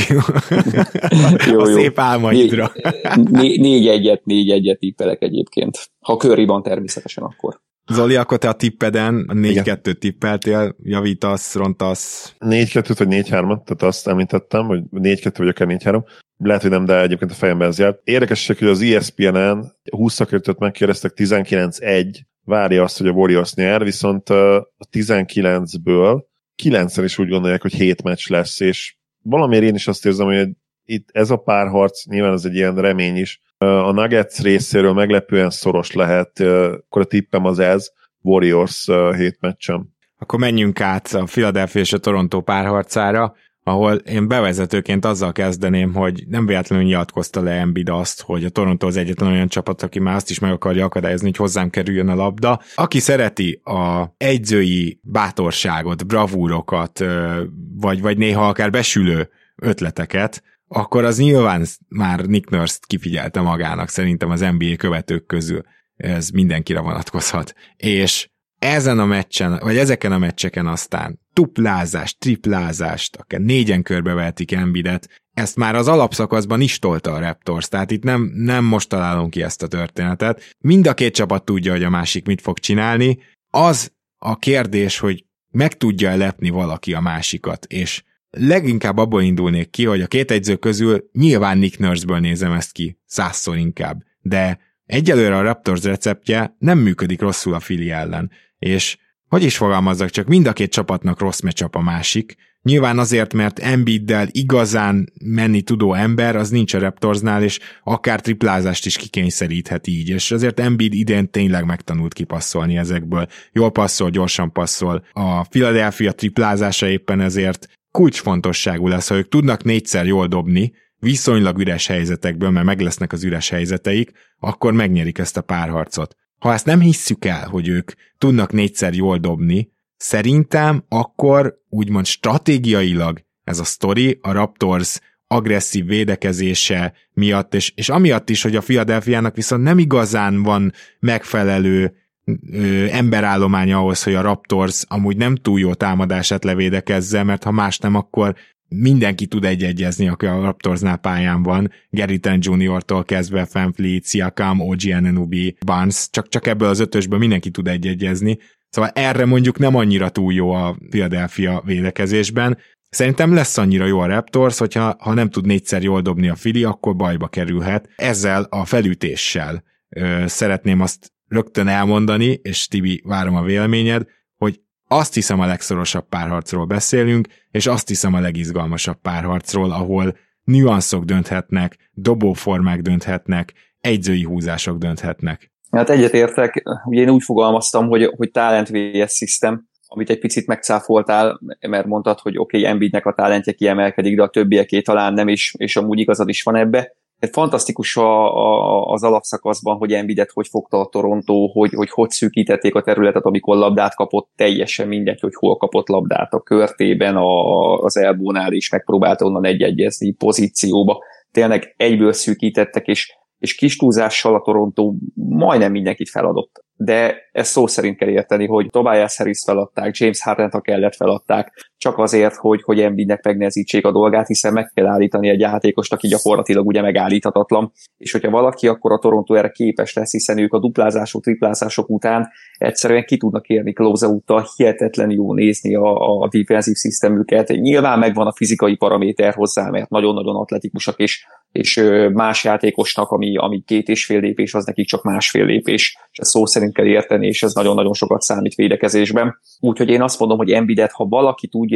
jó, a jó. Szép álmaidra. Né- négy egyet, négy egyet tippelek egyébként. Ha Curryban természetesen akkor. Zoli, akkor te a tippeden négy kettőt tippeltél, javítasz, rontasz. négy kettőt vagy négy hármat, tehát azt említettem, hogy négy kettő vagy akár négy három. Lehet, hogy nem, de egyébként a fejemben ez járt. Érdekesség, hogy az E S P N-en húsz szakértőt megkérdeztek, tizenkilenc egy várja azt, hogy a Warriors nyer, viszont a tizenkilencből kilencszer is úgy gondolják, hogy hét meccs lesz, és valamiért én is azt érzem, hogy itt ez a párharc, nyilván ez egy ilyen remény is, a Nuggets részéről meglepően szoros lehet, akkor a tippem az ez, Warriors hét meccsem. Akkor menjünk át a Philadelphia és a Toronto párharcára, ahol én bevezetőként azzal kezdeném, hogy nem véletlenül nyilatkozta le Embiid azt, hogy a Toronto az egyetlen olyan csapat, aki már azt is meg akarja akadályozni, hogy hozzám kerüljön a labda. Aki szereti a egyzői bátorságot, bravúrokat, vagy, vagy néha akár besülő ötleteket, akkor az nyilván már Nick Nurse-t kifigyelte magának, szerintem az en bé á követők közül. Ez mindenkire vonatkozhat. És ezen a meccsen, vagy ezeken a meccseken aztán duplázást, triplázást, akár négyen körbevehetik Embiidet, ezt már az alapszakaszban is tolta a Raptors, tehát itt nem, nem most találunk ki ezt a történetet. Mind a két csapat tudja, hogy a másik mit fog csinálni. Az a kérdés, hogy meg tudja lepni valaki a másikat, és leginkább abból indulnék ki, hogy a két egyző közül nyilván Nick Nurse-ből nézem ezt ki, százszor inkább, de egyelőre a Raptors receptje nem működik rosszul a Philly ellen, és hogy is fogalmazzak, csak mind a két csapatnak rossz matchup a másik, nyilván azért, mert Embiiddel igazán menni tudó ember, az nincs a Raptorsnál, és akár triplázást is kikényszeríthet így, és azért Embiid idén tényleg megtanult kipasszolni ezekből, jól passzol, gyorsan passzol, a Philadelphia triplázása éppen ezért kulcsfontosságú lesz, ha ők tudnak négyszer jól dobni, viszonylag üres helyzetekből, mert meg lesznek az üres helyzeteik, akkor megnyerik ezt a párharcot. Ha ezt nem hisszük el, hogy ők tudnak négyszer jól dobni, szerintem akkor úgymond stratégiailag ez a sztori a Raptors agresszív védekezése miatt, és, és amiatt is, hogy a Philadelphiának viszont nem igazán van megfelelő ö, emberállomány ahhoz, hogy a Raptors amúgy nem túl jó támadását levédekezze, mert ha más nem, akkor mindenki tud egyegyezni, aki a Raptorsnál pályán van, Gary Trent juniortól kezdve VanVleet, Siakam, o gé Anunoby, Barnes, csak, csak ebből az ötösből mindenki tud egyegyezni. Szóval erre mondjuk nem annyira túl jó a Philadelphia védekezésben. Szerintem lesz annyira jó a Raptors, hogyha ha nem tud négyszer jól dobni a Philly, akkor bajba kerülhet. Ezzel a felütéssel ö, szeretném azt rögtön elmondani, és Tibi, várom a véleményed, hogy azt hiszem a legszorosabb párharcról beszélünk, és azt hiszem a legizgalmasabb párharcról, ahol nüanszok dönthetnek, dobóformák dönthetnek, egyzői húzások dönthetnek. Hát egyetértek, ugye én úgy fogalmaztam, hogy, hogy talent versus system, amit egy picit megcáfoltál, mert mondtad, hogy oké, okay, Embiidnek a talentje kiemelkedik, de a többieké talán nem is, és amúgy igazad is van ebbe. Fantasztikus a, a, az alapszakaszban, hogy Embiidet hogy fogta a Toronto, hogy, hogy hogy szűkítették a területet, amikor labdát kapott, teljesen mindegy, hogy hol kapott labdát, a körtében, a, az elbónál is megpróbálta onnan egy-egyezni pozícióba. Tényleg egyből szűkítettek, és, és kis túlzással a Toronto majdnem mindenkit feladott. De ezt szó szerint kell érteni, hogy Tobias Harris feladták, James Harden-t, ha kellett, feladták, csak azért, hogy, hogy Embiidnek megnehezítsék a dolgát, hiszen meg kell állítani egy játékost, aki gyakorlatilag ugye megállíthatatlan, és hogyha valaki, akkor a Toronto erre képes lesz, hiszen ők a duplázások, triplázások után egyszerűen ki tudnak érni closeout-tal, hihetetlenül jó nézni a, a defensive systemüket. Nyilván megvan a fizikai paraméter hozzá, mert nagyon-nagyon atletikusak, és, és más játékosnak, ami, ami két és fél lépés, az nekik csak másfél lépés, és ezt szó szerint kell érteni, és ez nagyon-nagyon sokat számít védekezésben. Úgyhogy én azt mondom, hogy Embiidet, ha valaki tudja egy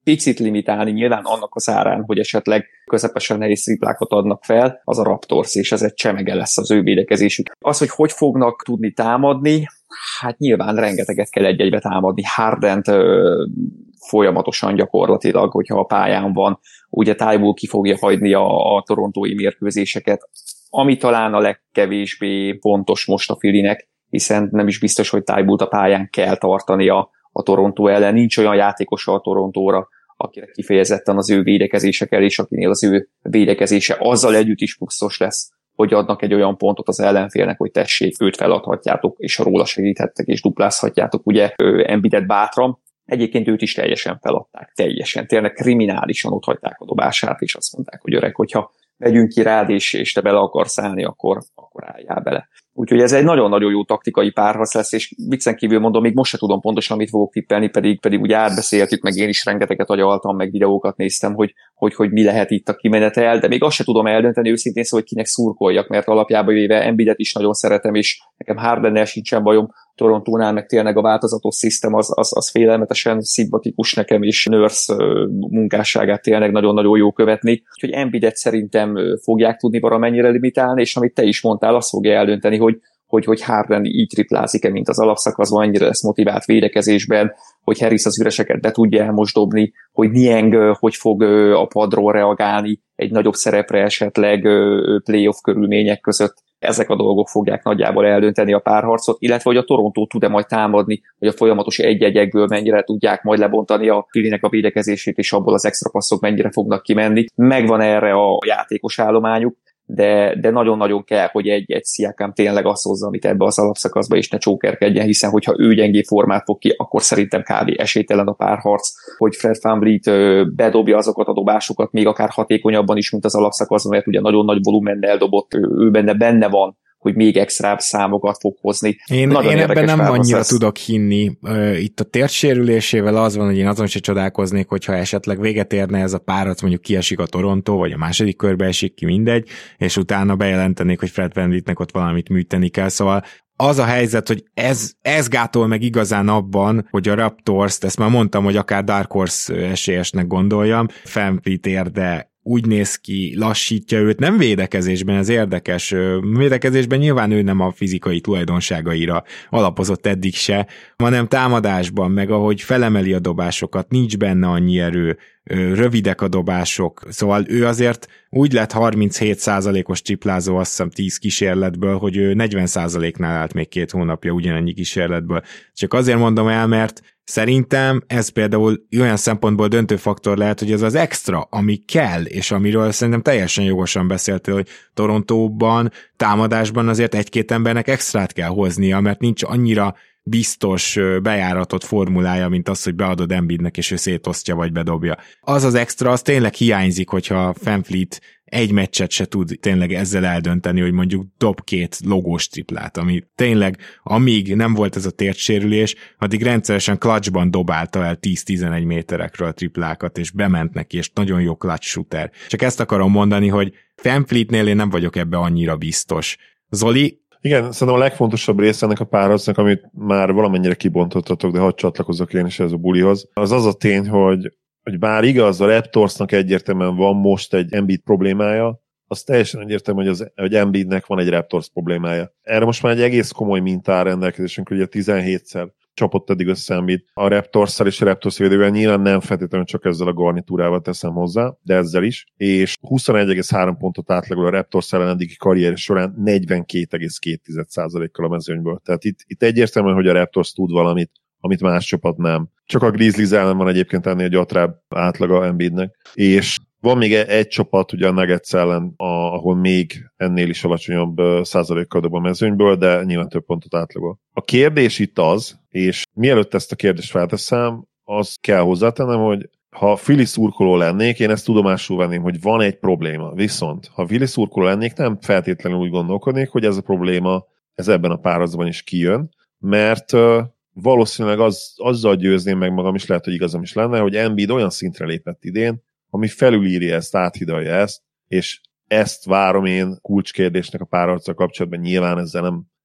picit limitálni, nyilván annak az árán, hogy esetleg közepesen nehéz triplákat adnak fel, az a Raptors, és ez egy csemege lesz az ő védekezésük. Az, hogy hogy fognak tudni támadni, hát nyilván rengeteget kell egy-egybe támadni. Hardent ö, folyamatosan gyakorlatilag, hogyha a pályán van, ugye Thybulle ki fogja hagyni a, a torontói mérkőzéseket, ami talán a legkevésbé fontos most a Phillynek, hiszen nem is biztos, hogy Thybulle-t a pályán kell tartani a, a Torontó ellen. Nincs olyan játékosa a Torontóra, akire kifejezetten az ő védekezése kell, és akinél az ő védekezése azzal együtt is pluszos lesz, hogy adnak egy olyan pontot az ellenfélnek, hogy tessék, őt feladhatjátok, és róla segíthettek, és duplázhatjátok, ugye Embiidet bátran. Egyébként őt is teljesen feladták, teljesen, tényleg kriminálisan ott hagyták a dobását, és azt mondták, hogy öreg, hogyha megyünk ki rád, és, és te bele akarsz állni, akkor, akkor álljál bele. Úgyhogy ez egy nagyon-nagyon jó taktikai párharc lesz, és viccen kívül mondom, még most se tudom pontosan, mit fogok tippelni, pedig, pedig ugye átbeszéltük, meg én is rengeteget agyaltam, meg videókat néztem, hogy, hogy, hogy mi lehet itt a kimenetel, de még azt se tudom eldönteni őszintén, szóval, hogy kinek szurkoljak, mert alapjában véve Embiidet is nagyon szeretem, és nekem Hardennel sincsen bajom, Torontónál meg tényleg a változatos szisztem az, az, az félelmetesen szimpatikus nekem, és Nurse munkásságát tényleg nagyon-nagyon jó követni. Úgyhogy Embiidet szerintem fogják tudni valamennyire limitálni, és amit te is mondtál, azt fogja eldönteni, hogy, hogy, hogy Harden így triplázik-e, mint az alapszakaszban, ennyire lesz motivált védekezésben, hogy Harris az üreseket be tudja el most dobni, hogy Niang hogy fog a padról reagálni egy nagyobb szerepre esetleg playoff körülmények között. Ezek a dolgok fogják nagyjából eldönteni a párharcot, illetve hogy a Torontó tud-e majd támadni, hogy a folyamatos egy-egyekből mennyire tudják majd lebontani a Phillynek a védekezését, és abból az extra passzok mennyire fognak kimenni. Megvan erre a játékos állományuk, de, de nagyon-nagyon kell, hogy egy, egy Siakam tényleg azt hozza, amit ebbe az alapszakaszba, és ne csókerkedjen, hiszen hogyha ő gyengé formát fog ki, akkor szerintem kb. Esélytelen a párharc, hogy Fred VanVleet bedobja azokat a dobásokat, még akár hatékonyabban is, mint az alapszakaszban, mert ugye nagyon nagy volumennel dobott, ő benne benne van, hogy még extra számokat fog hozni. Én, én ebben nem annyira lesz. Tudok hinni. Itt a térsérülésével az van, hogy én azon se csodálkoznék, hogyha esetleg véget érne ez a párharc, mondjuk kiesik a Toronto, vagy a második körbe esik ki, mindegy, és utána bejelentenék, hogy Fred VanVleetnek ott valamit műteni kell, szóval az a helyzet, hogy ez, ez gátol meg igazán abban, hogy a Raptors-t, ezt már mondtam, hogy akár Dark Horse esélyesnek gondoljam, VanVleet ér, de úgy néz ki, lassítja őt, nem védekezésben, ez érdekes. Védekezésben nyilván ő nem a fizikai tulajdonságaira alapozott eddig se, hanem támadásban, meg ahogy felemeli a dobásokat, nincs benne annyi erő, rövidek a dobások, szóval ő azért úgy lett harminchét százalékos triplázó, azt hiszem tíz kísérletből, hogy ő negyven százaléknál állt még két hónapja ugyanennyi kísérletből. Csak azért mondom el, mert szerintem ez például olyan szempontból döntő faktor lehet, hogy ez az extra, ami kell, és amiről szerintem teljesen jogosan beszéltél, hogy Torontóban, támadásban azért egy-két embernek extrát kell hoznia, mert nincs annyira biztos bejáratott formulája, mint az, hogy beadod Embiidnek, és ő szétosztja, vagy bedobja. Az az extra, az tényleg hiányzik, hogyha VanVleet egy meccset se tud tényleg ezzel eldönteni, hogy mondjuk dob két logós triplát, ami tényleg, amíg nem volt ez a térdsérülés, addig rendszeresen clutchban dobálta el tíz-tizenegy méterekről a triplákat, és bement neki, és nagyon jó clutch shooter. Csak ezt akarom mondani, hogy VanVleetnél én nem vagyok ebbe annyira biztos. Zoli, igen, szerintem a legfontosabb része ennek a párharcnak, amit már valamennyire kibontottatok, de hadd csatlakozok én is ez a bulihoz, az az a tény, hogy, hogy bár igaz, a Raptorsnak egyértelműen van most egy Embiid problémája, az teljesen egyértelmű, hogy, az, hogy Embiidnek van egy Raptors problémája. Erre most már egy egész komoly mintár rendelkezésünk, ugye tizenhétszer csapott eddig össze Embiid a Raptorsszal és a Raptors védővel, nyilván nem feltétlenül csak ezzel a garnitúrával teszem hozzá, de ezzel is, és huszonegy egész három pontot átlagol a Raptors ellen eddigi karrier során negyvenkét egész két százalékkal a mezőnyből. Tehát itt, itt egyértelműen, hogy a Raptors tud valamit, amit más csapat nem. Csak a Grizzlies ellen van egyébként ennél gyatrább átlaga Embiidnek, és van még egy csapat, ugye a Nuggets ellen, ahol még ennél is alacsonyabb százalékkal dob a mezőnyből, de nyilván több pontot átlagol. A kérdés itt az, és mielőtt ezt a kérdést felteszem, az kell hozzátennem, hogy ha Philly szurkoló lennék, én ezt tudomásul venném, hogy van egy probléma. Viszont, ha Philly szurkoló lennék, nem feltétlenül úgy gondolkodnék, hogy ez a probléma ez ebben a párharcban is kijön, mert valószínűleg az, azzal győzném meg magam, is lehet, hogy igazam is lenne, hogy Embiid olyan szintre lépett idén, ami felülírja ezt, áthidalja ezt, és ezt várom én kulcskérdésnek a párharccal kapcsolatban, nyilván ezzel nem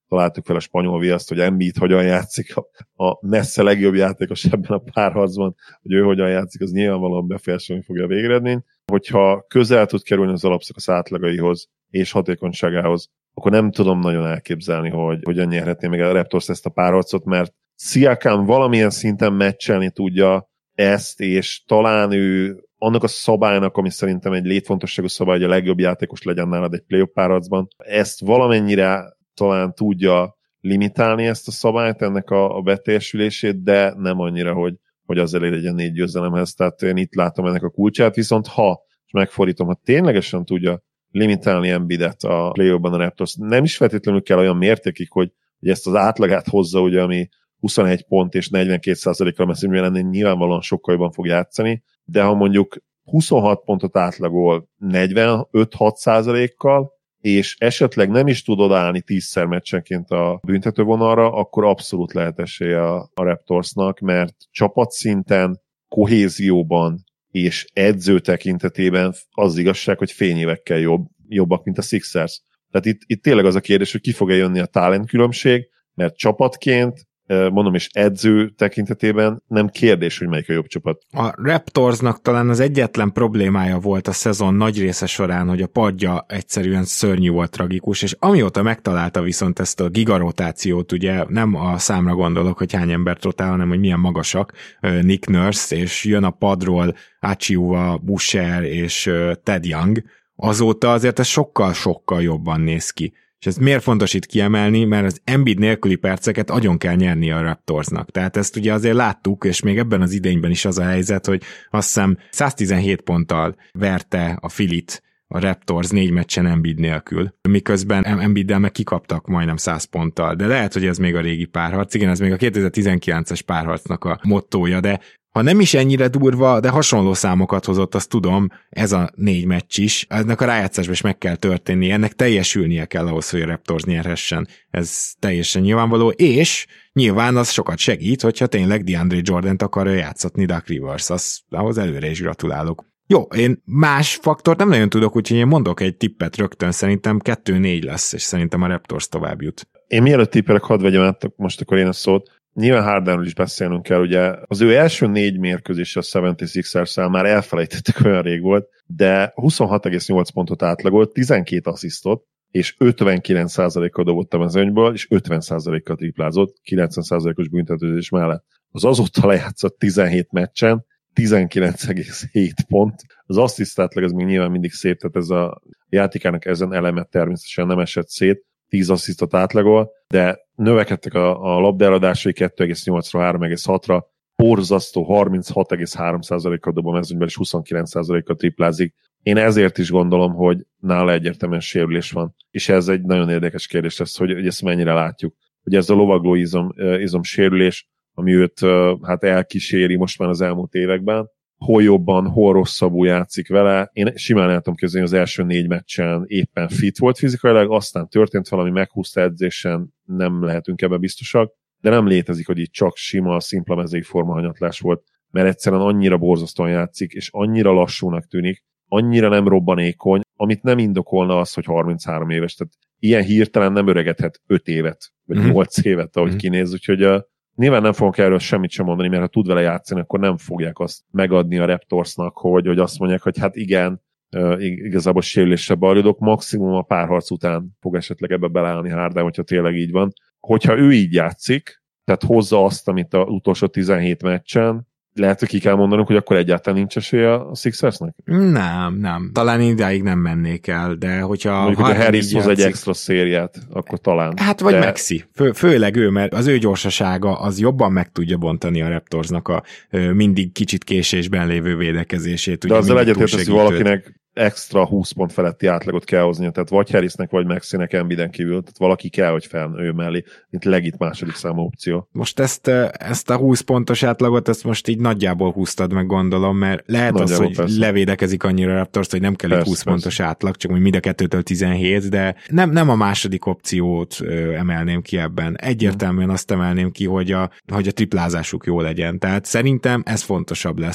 találtuk fel a spanyol viaszt, hogy Embiid hogyan játszik, a, a messze legjobb játékos ebben a párharcban, hogy ő hogyan játszik, az nyilvánvalóan befolyásolni fogja a végeredményt. Hogyha közel tud kerülni az alapszakasz átlagaihoz és hatékonyságához, akkor nem tudom nagyon elképzelni, hogy hogyan nyerhetné meg a Raptors ezt a párharcot, mert Siakam valamilyen szinten meccselni tudja ezt, és talán ő annak a szabálynak, ami szerintem egy létfontosságú szabály, hogy a legjobb játékos legyen nálad egy playoff párharcban, ezt valamennyire talán tudja limitálni ezt a szabályt, ennek a, a beteljesülését, de nem annyira, hogy, hogy az elég legyen négy győzelemhez. Tehát én itt látom ennek a kulcsát, viszont ha, és megfordítom, ha ténylegesen tudja limitálni Embiidet a playoffban a Raptors, nem is feltétlenül kell olyan mértékig, hogy, hogy ezt az átlagát hozza, ugye, ami huszonegy pont és negyvenkét százalékkal messzebbre lenni, nyilvánvalóan sokkal jobban fog játszani, de ha mondjuk huszonhat pontot átlagol negyvenöt-hat százalékkal, és esetleg nem is tud odaállni tízszer meccsenként a büntetővonalra, akkor abszolút lehet esélye a, a Raptorsnak, mert csapatszinten, kohézióban és edző tekintetében az igazság, hogy fényévekkel jobb, jobbak, mint a Sixers. Tehát itt, itt tényleg az a kérdés, hogy ki fog jönni a talent különbség, mert csapatként, mondom, és edző tekintetében nem kérdés, hogy melyik a jobb csapat. A Raptorsnak talán az egyetlen problémája volt a szezon nagy része során, hogy a padja egyszerűen szörnyű volt, tragikus, és amióta megtalálta viszont ezt a gigarotációt, ugye nem a számra gondolok, hogy hány embert rotál, hanem hogy milyen magasak, Nick Nurse, és jön a padról Achiuwa, Boucher és Ted Young, azóta azért ez sokkal-sokkal jobban néz ki. És ez miért fontos itt kiemelni, mert az Embiid nélküli perceket agyon kell nyerni a Raptorsnak. Tehát ezt ugye azért láttuk, és még ebben az idényben is az a helyzet, hogy azt hiszem száztizenhét ponttal verte a Philit a Raptors négy meccsen Embiid nélkül, miközben Embiiddel meg kikaptak majdnem száz ponttal. De lehet, hogy ez még a régi párharc. Igen, ez még a kétezer-tizenkilences párharcnak a mottója, de ha nem is ennyire durva, de hasonló számokat hozott, azt tudom, ez a négy meccs is. Ennek a rájátszásban is meg kell történni, ennek teljesülnie kell ahhoz, hogy a Raptors nyerhessen. Ez teljesen nyilvánvaló, és nyilván az sokat segít, hogyha tényleg DeAndre Jordant akarja játszatni Doc Rivers. Az, ahhoz előre is gratulálok. Jó, én más faktort nem nagyon tudok, úgyhogy én mondok egy tippet rögtön, szerintem kettő négy lesz, és szerintem a Raptors tovább jut. Én mielőtt tippelek, hadd vegyem át most akkor én a szót. Nyilván Hardenről is beszélnünk kell, ugye az ő első négy mérkőzés a hetvenhatos-szel már elfelejtettek, olyan rég volt, de huszonhat egész nyolc pontot átlagolt, tizenkét asszisztot, és ötvenkilenc százalékkal dobott a mezőnyből, és ötven százalékkal triplázott, kilencven százalékos büntetőzés mellett. Az azóta lejátszott tizenhét meccsen, tizenkilenc egész hét pont. Az assziszt átlag az még nyilván mindig szép, tehát ez a játékának ezen elemet természetesen nem esett szét, tíz asszisztot átlagol, de növekedtek a, a labdaeladásai kettő egész nyolcról három egész hatra, borzasztó harminchat egész három százalékkal dob a mezőnyben, és huszonkilenc százalékkal triplázik. Én ezért is gondolom, hogy nála egyértelműen sérülés van, és ez egy nagyon érdekes kérdés lesz, hogy, hogy ezt mennyire látjuk. Hogy ez a lovagló izom, izom sérülés, ami őt hát elkíséri most már az elmúlt években, hol jobban, hol rosszabbul játszik vele. Én simán el tudom képzelni, az első négy meccsen éppen fit volt fizikailag, aztán történt valami, meghúzta edzésen, nem lehetünk ebben biztosak, de nem létezik, hogy itt csak sima, szimpla mezői formahanyatlás volt, mert egyszerűen annyira borzasztóan játszik, és annyira lassúnak tűnik, annyira nem robbanékony, amit nem indokolna az, hogy harminchárom éves. Tehát ilyen hirtelen nem öregedhet öt évet, vagy mm-hmm. nyolc évet, ahogy mm-hmm. kinéz, úgyhogy uh, nyilván nem fogok erről semmit sem mondani, mert ha tud vele játszani, akkor nem fogják azt megadni a Raptorsnak, hogy, hogy azt mondják, hogy hát igen, uh, igazából sérülésre bajlódok, maximum a párharc után fog esetleg ebbe beleállni Harden, hogyha tényleg így van. Hogyha ő így játszik, tehát hozza azt, amit az utolsó tizenhét meccsen, lehet, hogy ki kell mondanunk, hogy akkor egyáltalán nincs esélye a Sixersnek? Nem, nem. Talán idáig nem mennék el, de hogyha... Mondjuk, hogy a Harris hoz egy extra szériát, akkor talán. Hát vagy de... Maxi. Fő, főleg ő, mert az ő gyorsasága az jobban meg tudja bontani a Raptorsnak a ö, mindig kicsit késésben lévő védekezését. De azzal egyetértesz, hogy valakinek extra húsz pont feletti átlagot kell hoznia, tehát vagy Harrisnek, vagy Maxinek Embiiden kívül, tehát valaki kell, hogy felnő mellé, mint legit második számú opció. Most ezt, ezt a húsz pontos átlagot, ezt most így nagyjából húztad meg, gondolom, mert lehet nagyjából az, hogy persze. levédekezik annyira a Raptors, hogy nem kell persze, egy húsz persze. pontos átlag, csak mind a kettőtől tizenhét, de nem, nem a második opciót ö, emelném ki ebben. Egyértelműen hmm. azt emelném ki, hogy a, hogy a triplázásuk jó legyen. Tehát szerintem ez fontosabb lesz,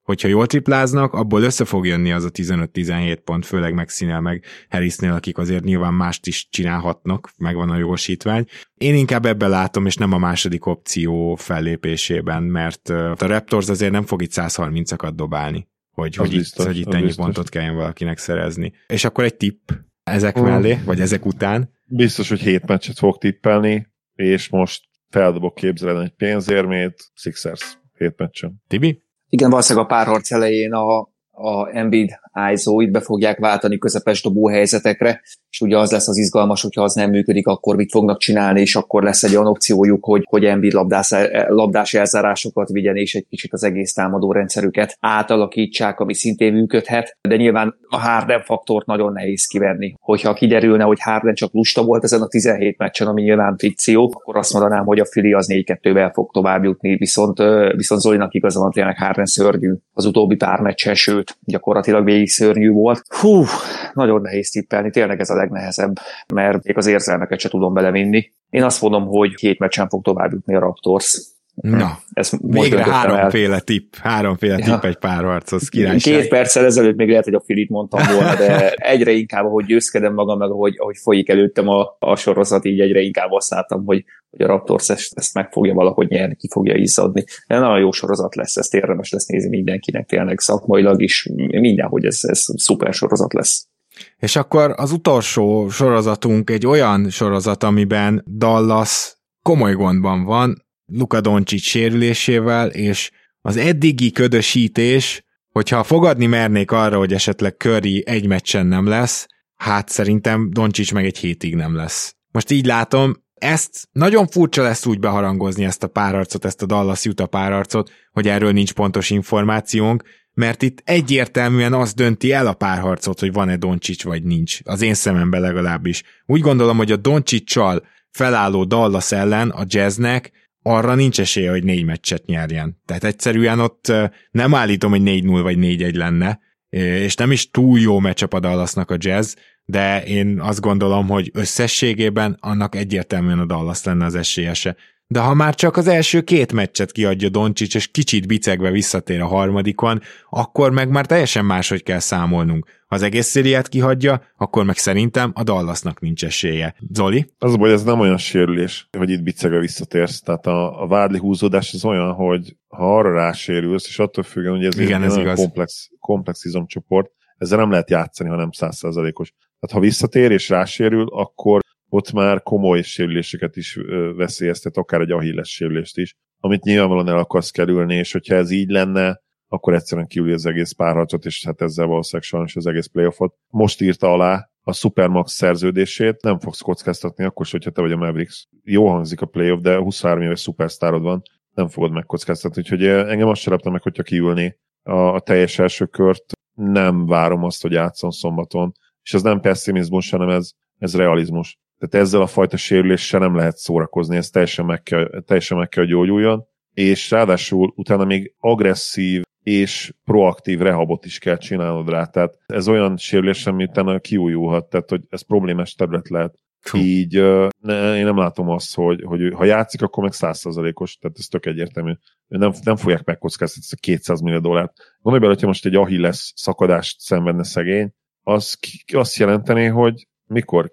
hogyha jól tripláznak, abból össze fog jönni az a tizenöt-tizenhét pont, főleg Maxinel meg Harrisnél, akik azért nyilván mást is csinálhatnak, megvan a jogosítvány. Én inkább ebben látom, és nem a második opció fellépésében, mert a Raptors azért nem fog itt száz harmincakat dobálni, hogy, hogy, biztos, itt, hogy itt ennyi biztos. pontot kelljen valakinek szerezni. És akkor egy tipp ezek hmm. mellé, vagy ezek után. Biztos, hogy hét meccset fog tippelni, és most feldobok képzelni egy pénzérmét, Sixers hét meccsen. Tibi? Igen, valószínűleg a párharc elején a, a Embiid i es o-it be fogják váltani közepes dobó helyzetekre, és ugye az lesz az izgalmas, hogyha az nem működik, akkor mit fognak csinálni, és akkor lesz egy olyan opciójuk, hogy, hogy Embiid labdás, labdás elzárásokat vigyen, és egy kicsit az egész támadó rendszerüket átalakítsák, ami szintén működhet, de nyilván a Harden faktort nagyon nehéz kivenni. Hogyha kiderülne, hogy Harden csak lusta volt ezen a tizenhét meccsen, ami nyilván fikció, akkor azt mondanám, hogy a Philly az négy kettővel fog tovább jutni, viszont, viszont Zolinak igaza van, tényleg Harden szörnyű az utóbbi pár meccsen, sőt, gyakorlatilag végig szörnyű volt. Hú, nagyon nehéz tippelni, tényleg ez a legnehezebb, mert még az érzelmeket se tudom belevinni. Én azt mondom, hogy két meccsen fog tovább jutni a Raptors. Na, ez végre háromféle tipp, háromféle ja. tipp egy párharchoz, királyság. Két perccel ezelőtt még lehet, hogy a Filit mondtam volna, de egyre inkább, ahogy győzkedem magam, meg ahogy, ahogy folyik előttem a, a sorozat, így egyre inkább azt láttam, hogy, hogy a Raptors ezt, ezt meg fogja valahogy nyerni, ki fogja izzadni. De nagyon jó sorozat lesz, ezt érdemes lesz nézni mindenkinek, tényleg szakmailag is, mindenhogy ez, ez szuper sorozat lesz. És akkor az utolsó sorozatunk egy olyan sorozat, amiben Dallas komoly gondban van, Luka Doncic sérülésével, és az eddigi ködösítés, hogyha fogadni mernék arra, hogy esetleg Curry egy meccsen nem lesz, hát szerintem Doncic meg egy hétig nem lesz. Most így látom, ezt nagyon furcsa lesz úgy beharangozni ezt a párharcot, ezt a Dallas-Utah párharcot, hogy erről nincs pontos információnk, mert itt egyértelműen az dönti el a párharcot, hogy van-e Doncic vagy nincs. Az én szememben legalábbis. Úgy gondolom, hogy a Doncic-csal felálló Dallas ellen a Jazznek arra nincs esélye, hogy négy meccset nyerjen. Tehát egyszerűen ott nem állítom, hogy négy null vagy négy egy lenne, és nem is túl jó meccsap a Dallasnak a Jazz, de én azt gondolom, hogy összességében annak egyértelműen a Dallas lenne az esélyese. De ha már csak az első két meccset kiadja Doncic, és kicsit bicegve visszatér a harmadikon, akkor meg már teljesen máshogy kell számolnunk. Ha az egész szériát kihagyja, akkor meg szerintem a Dallasnak nincs esélye. Zoli? Az a baj, ez nem olyan sérülés, hogy itt bicegve visszatérsz. Tehát a, a vádli húzódás az olyan, hogy ha arra rásérülsz, és attól függően, hogy ez, igen, ez egy komplex, komplex izomcsoport, ezzel nem lehet játszani, ha nem száz százalékos. Tehát ha visszatér és rásérül, akkor ott már komoly sérüléseket is veszélyeztet, akár egy Achilles sérülést is, amit nyilvánvalóan el akarsz kerülni, és hogyha ez így lenne, akkor egyszerűen kiüli az egész párharcot, és hát ezzel valószínűleg sajnos az egész playoffot. Most írta alá a Supermax szerződését, nem fogsz kockáztatni, akkor is, hogyha te vagy a Mavericks. Jó hangzik a playoff, de huszonhárom éves szupersztárod van, nem fogod megkockáztatni. Úgyhogy engem azt se lepte meg, hogyha kiülni a, a teljes első kört, nem várom azt, hogy játszon szombaton. És ez nem pessimizmus, hanem ez, ez realizmus. Tehát ezzel a fajta sérüléssel nem lehet szórakozni, ez teljesen meg kell, teljesen meg kell gyógyuljon, és ráadásul utána még agresszív és proaktív rehabot is kell csinálnod rá. Tehát ez olyan sérülés, ami utána kiújulhat, tehát hogy ez problémás terület lehet. Hú. Így ne, én nem látom azt, hogy, hogy ha játszik, akkor meg száz százalékos, tehát ez tök egyértelmű. Nem, nem fogják megkockáztatni ezt a kétszáz millió dollárt. Gondolj bele, hogyha most egy Achilles szakadást szenvedne szegény, az azt jelenteni, hogy mikor?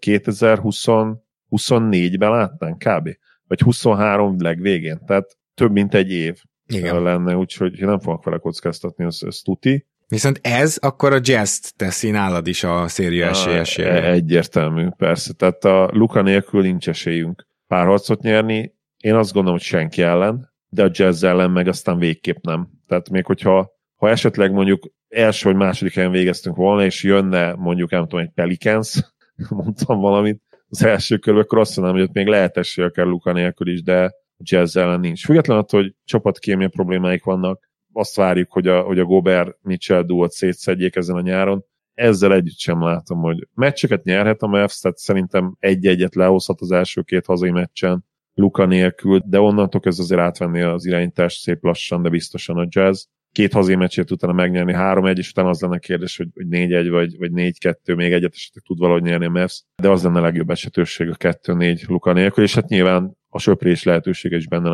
kétezer-huszonnégyben látnánk kb. Vagy huszonhárom legvégén. Tehát több mint egy év. Igen. Lenne, úgyhogy nem fogok vele kockáztatni, az, az tuti. Viszont ez akkor a Jazz-t teszi nálad is a széria esélyesére. Egyértelmű, persze. Tehát a Luka nélkül nincs esélyünk párharcot nyerni. Én azt gondolom, hogy senki ellen, de a Jazz ellen meg aztán végképp nem. Tehát még hogyha ha esetleg mondjuk első vagy második helyen végeztünk volna, és jönne mondjuk, nem tudom, egy Pelicans, mondtam valamit, az első körben, akkor azt mondanám, hogy ott még lehet esélye akár Luka nélkül is, de Jazz ellen nincs. Függetlenül attól, hogy csapatkémia problémáik vannak, azt várjuk, hogy a, hogy a Gobert Mitchell duót szétszedjék ezen a nyáron. Ezzel együtt sem látom, hogy meccseket nyerhet a Mavs, tehát szerintem egy-egyet lehozhat az első két hazai meccsen Luka nélkül, de onnantól ez azért átvenni az irányítást szép lassan, de biztosan a Jazz. Két hazai meccsét utána megnyerni három egy, és utána az lenne a kérdés, hogy, hogy négy egy vagy, vagy négy kettő, még egyet esetleg tud valahogy nyerni a Mavs, de az lenne a legjobb esetőség a kettő négy Luka nélkül, és hát nyilván a söprés lehetősége is benne lenne.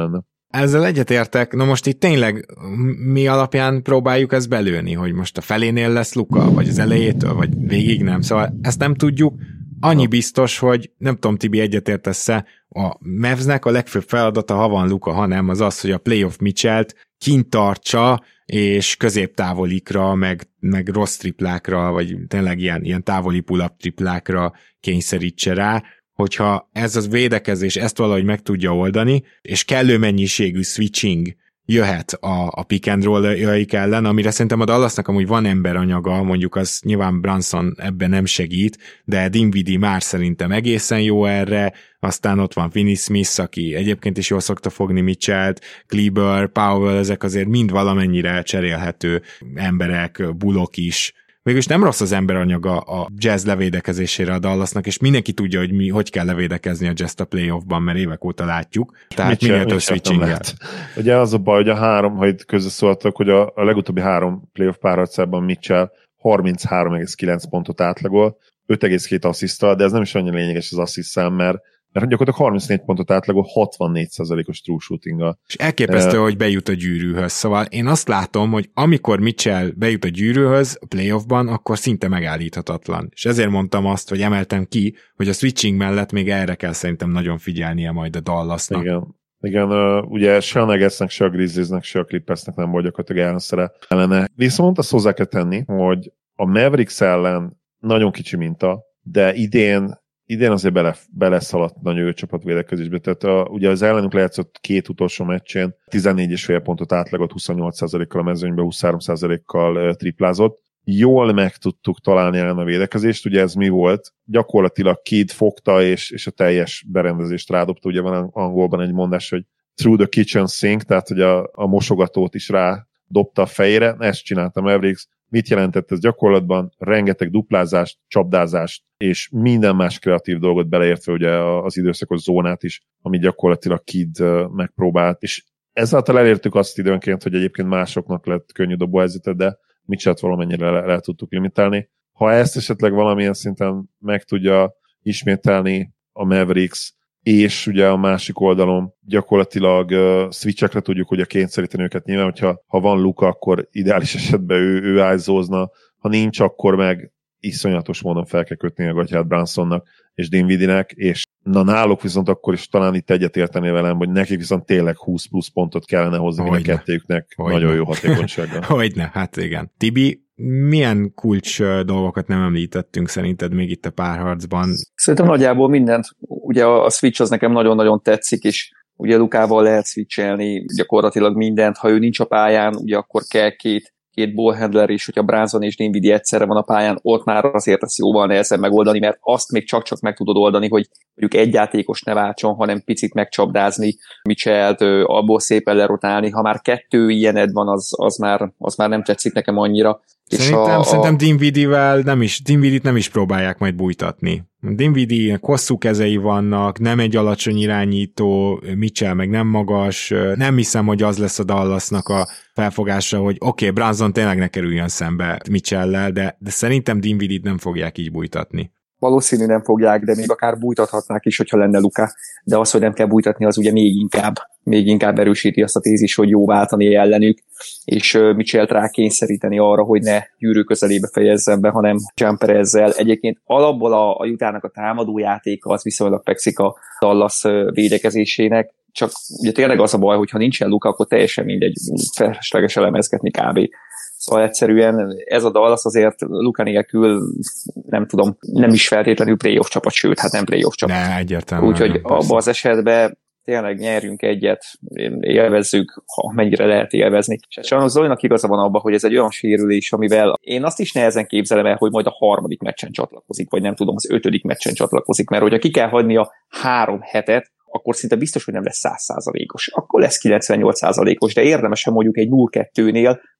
Ezzel egyetértek, na most itt tényleg mi alapján próbáljuk ezt belőni, hogy most a felénél lesz Luka, vagy az elejétől, vagy végig nem, szóval ezt nem tudjuk. Annyi biztos, hogy nem tudom, Tibi, egyetértesz-e, a Mavsnek a legfőbb feladata, ha van Luka, ha nem, az az, hogy a playoff Mitchellt kint tartsa, és középtávolikra, meg, meg rossz triplákra, vagy tényleg ilyen, ilyen távoli pull-up triplákra kényszerítse rá, hogyha ez az védekezés ezt valahogy meg tudja oldani, és kellő mennyiségű switching jöhet a, a pick and roll-jaik ellen, amire szerintem a Dallasnak amúgy van emberanyaga, mondjuk az nyilván Brunson ebben nem segít, de Dinwiddie már szerintem egészen jó erre, aztán ott van Finney Smith, aki egyébként is jól szokta fogni Mitchellt, Kleber, Powell, ezek azért mind valamennyire cserélhető emberek, Bullock is. Végülis nem rossz az emberanyaga a Jazz levédekezésére a Dallasnak, és mindenki tudja, hogy mi, hogy kell levédekezni a Jazz a playoffban, mert évek óta látjuk. Tehát minél több switching. Ugye az a baj, hogy a három, ha itt közösszóltak, hogy a, a legutóbbi három playoff párharcában Mitchell harminchárom egész kilenc pontot átlagol, öt egész két asszisztal, de ez nem is annyira lényeges az asszisztszám, mert mert gyakorlatilag harmincnégy pontot átlagol hatvannégy százalékos true shooting-a. És elképesztő, uh, hogy bejut a gyűrűhöz. Szóval én azt látom, hogy amikor Mitchell bejut a gyűrűhöz a playoffban, akkor szinte megállíthatatlan. És ezért mondtam azt, hogy emeltem ki, hogy a switching mellett még erre kell szerintem nagyon figyelnie majd a Dallasnak. Igen. Igen, uh, ugye se a Nuggetsnek, se a Grizzliesnek, se a Clippersnek nem volt gyakorlatilag ellenszere ellene. Viszont azt hozzá kell tenni, hogy a Mavericks ellen nagyon kicsi minta, de idén idén azért bele, beleszaladt nagy ő csapatvédekezésbe, tehát a, ugye az ellenünk lejátszott két utolsó meccsén tizennégy egész öt pontot átlagot, huszonnyolc százalékkal a mezőnybe, huszonhárom százalékkal triplázott. Jól meg tudtuk találni ellen a védekezést, ugye ez mi volt? Gyakorlatilag Kidd fogta, és, és a teljes berendezést rádobta, ugye van angolban egy mondás, hogy through the kitchen sink, tehát hogy a, a mosogatót is rádobta a fejére, ezt csinálta Mavericks. Mit jelentett ez gyakorlatban? Rengeteg duplázást, csapdázást, és minden más kreatív dolgot beleértve ugye az időszakos zónát is, ami gyakorlatilag Kidd megpróbált, és ezáltal elértük azt időnként, hogy egyébként másoknak lett könnyű dobóhelyzete, de Mitchellt valamennyire le, le tudtuk limitálni. Ha ezt esetleg valamilyen szinten meg tudja ismételni a Mavericks, és ugye a másik oldalon gyakorlatilag uh, switchekre tudjuk ugye kényszeríteni őket. Nyilván, hogyha ha van Luka, akkor ideális esetben ő, ő ájzózna, ha nincs, akkor meg iszonyatos módon fel kell kötni a gatyát Brunsonnak és Dinwiddie-nek, és na náluk viszont akkor is talán itt egyetérteni velem, hogy nekik viszont tényleg húsz plusz pontot kellene hozni a kettőjüknek nagyon jó hatékonysággal. Hogyne, hát igen. Tibi, milyen kulcs dolgokat nem említettünk szerinted még itt a párharcban? Szerintem nagyjából mindent. Ugye a switch az nekem nagyon-nagyon tetszik, és ugye Lukával lehet switchelni gyakorlatilag mindent. Ha ő nincs a pályán, ugye akkor kell két két ballhandler is, hogyha Brunson és Dinwiddie egyszerre van a pályán, ott már azért ezt jóval nehezebb megoldani, mert azt még csak-csak meg tudod oldani, hogy mondjuk egy játékos ne váltson, hanem picit megcsapdázni Mitchellt, abból szépen lerotálni. Ha már kettő ilyened van, az, az, már, az már nem tetszik nekem annyira. Szerintem, a, szerintem Dinwiddie-vel nem is, Dinwiddie-t nem is próbálják majd bújtatni. Dinwiddie hosszú kezei vannak, nem egy alacsony irányító, Mitchell meg nem magas, nem hiszem, hogy az lesz a Dallasnak a felfogása, hogy oké, okay, Brunson tényleg ne kerüljön szembe Mitchell-lel, de, de szerintem Dinwiddie-t nem fogják így bújtatni. Valószínű nem fogják, de még akár bújtathatnák is, hogyha lenne Luka. De az, hogy nem kell bújtatni, az ugye még inkább, még inkább erősíti azt a tézis, hogy jó váltani ellenük, és Mitchellt rá kényszeríteni arra, hogy ne gyűrű közelébe fejezzen be, hanem jumperezzel. Egyébként alapból a, a Utahnak a támadójátéka az viszonylag fekszik a Dallas védekezésének, csak ugye tényleg az a baj, hogy ha nincsen Luka, akkor teljesen mindegy, felesleges elemezgetni kb. Szóval egyszerűen ez a Dallas azért Luka nélkül, nem tudom, nem is feltétlenül playoff csapat, sőt, hát nem playoff csapat. Ne, egyértelműen. Úgyhogy abban az esetben tényleg nyerjünk egyet, élvezzük, ha mennyire lehet élvezni. És sajnos Zolinak igaza van abban, hogy ez egy olyan sérülés, amivel én azt is nehezen képzelem el, hogy majd a harmadik meccsen csatlakozik, vagy nem tudom, az ötödik meccsen csatlakozik, mert hogyha ki kell hagyni a három hetet, akkor szinte biztos, hogy nem lesz száz százalékos. Akkor lesz kilencvennyolc százalékos, de érdemesen mondjuk egy nulla kettőnél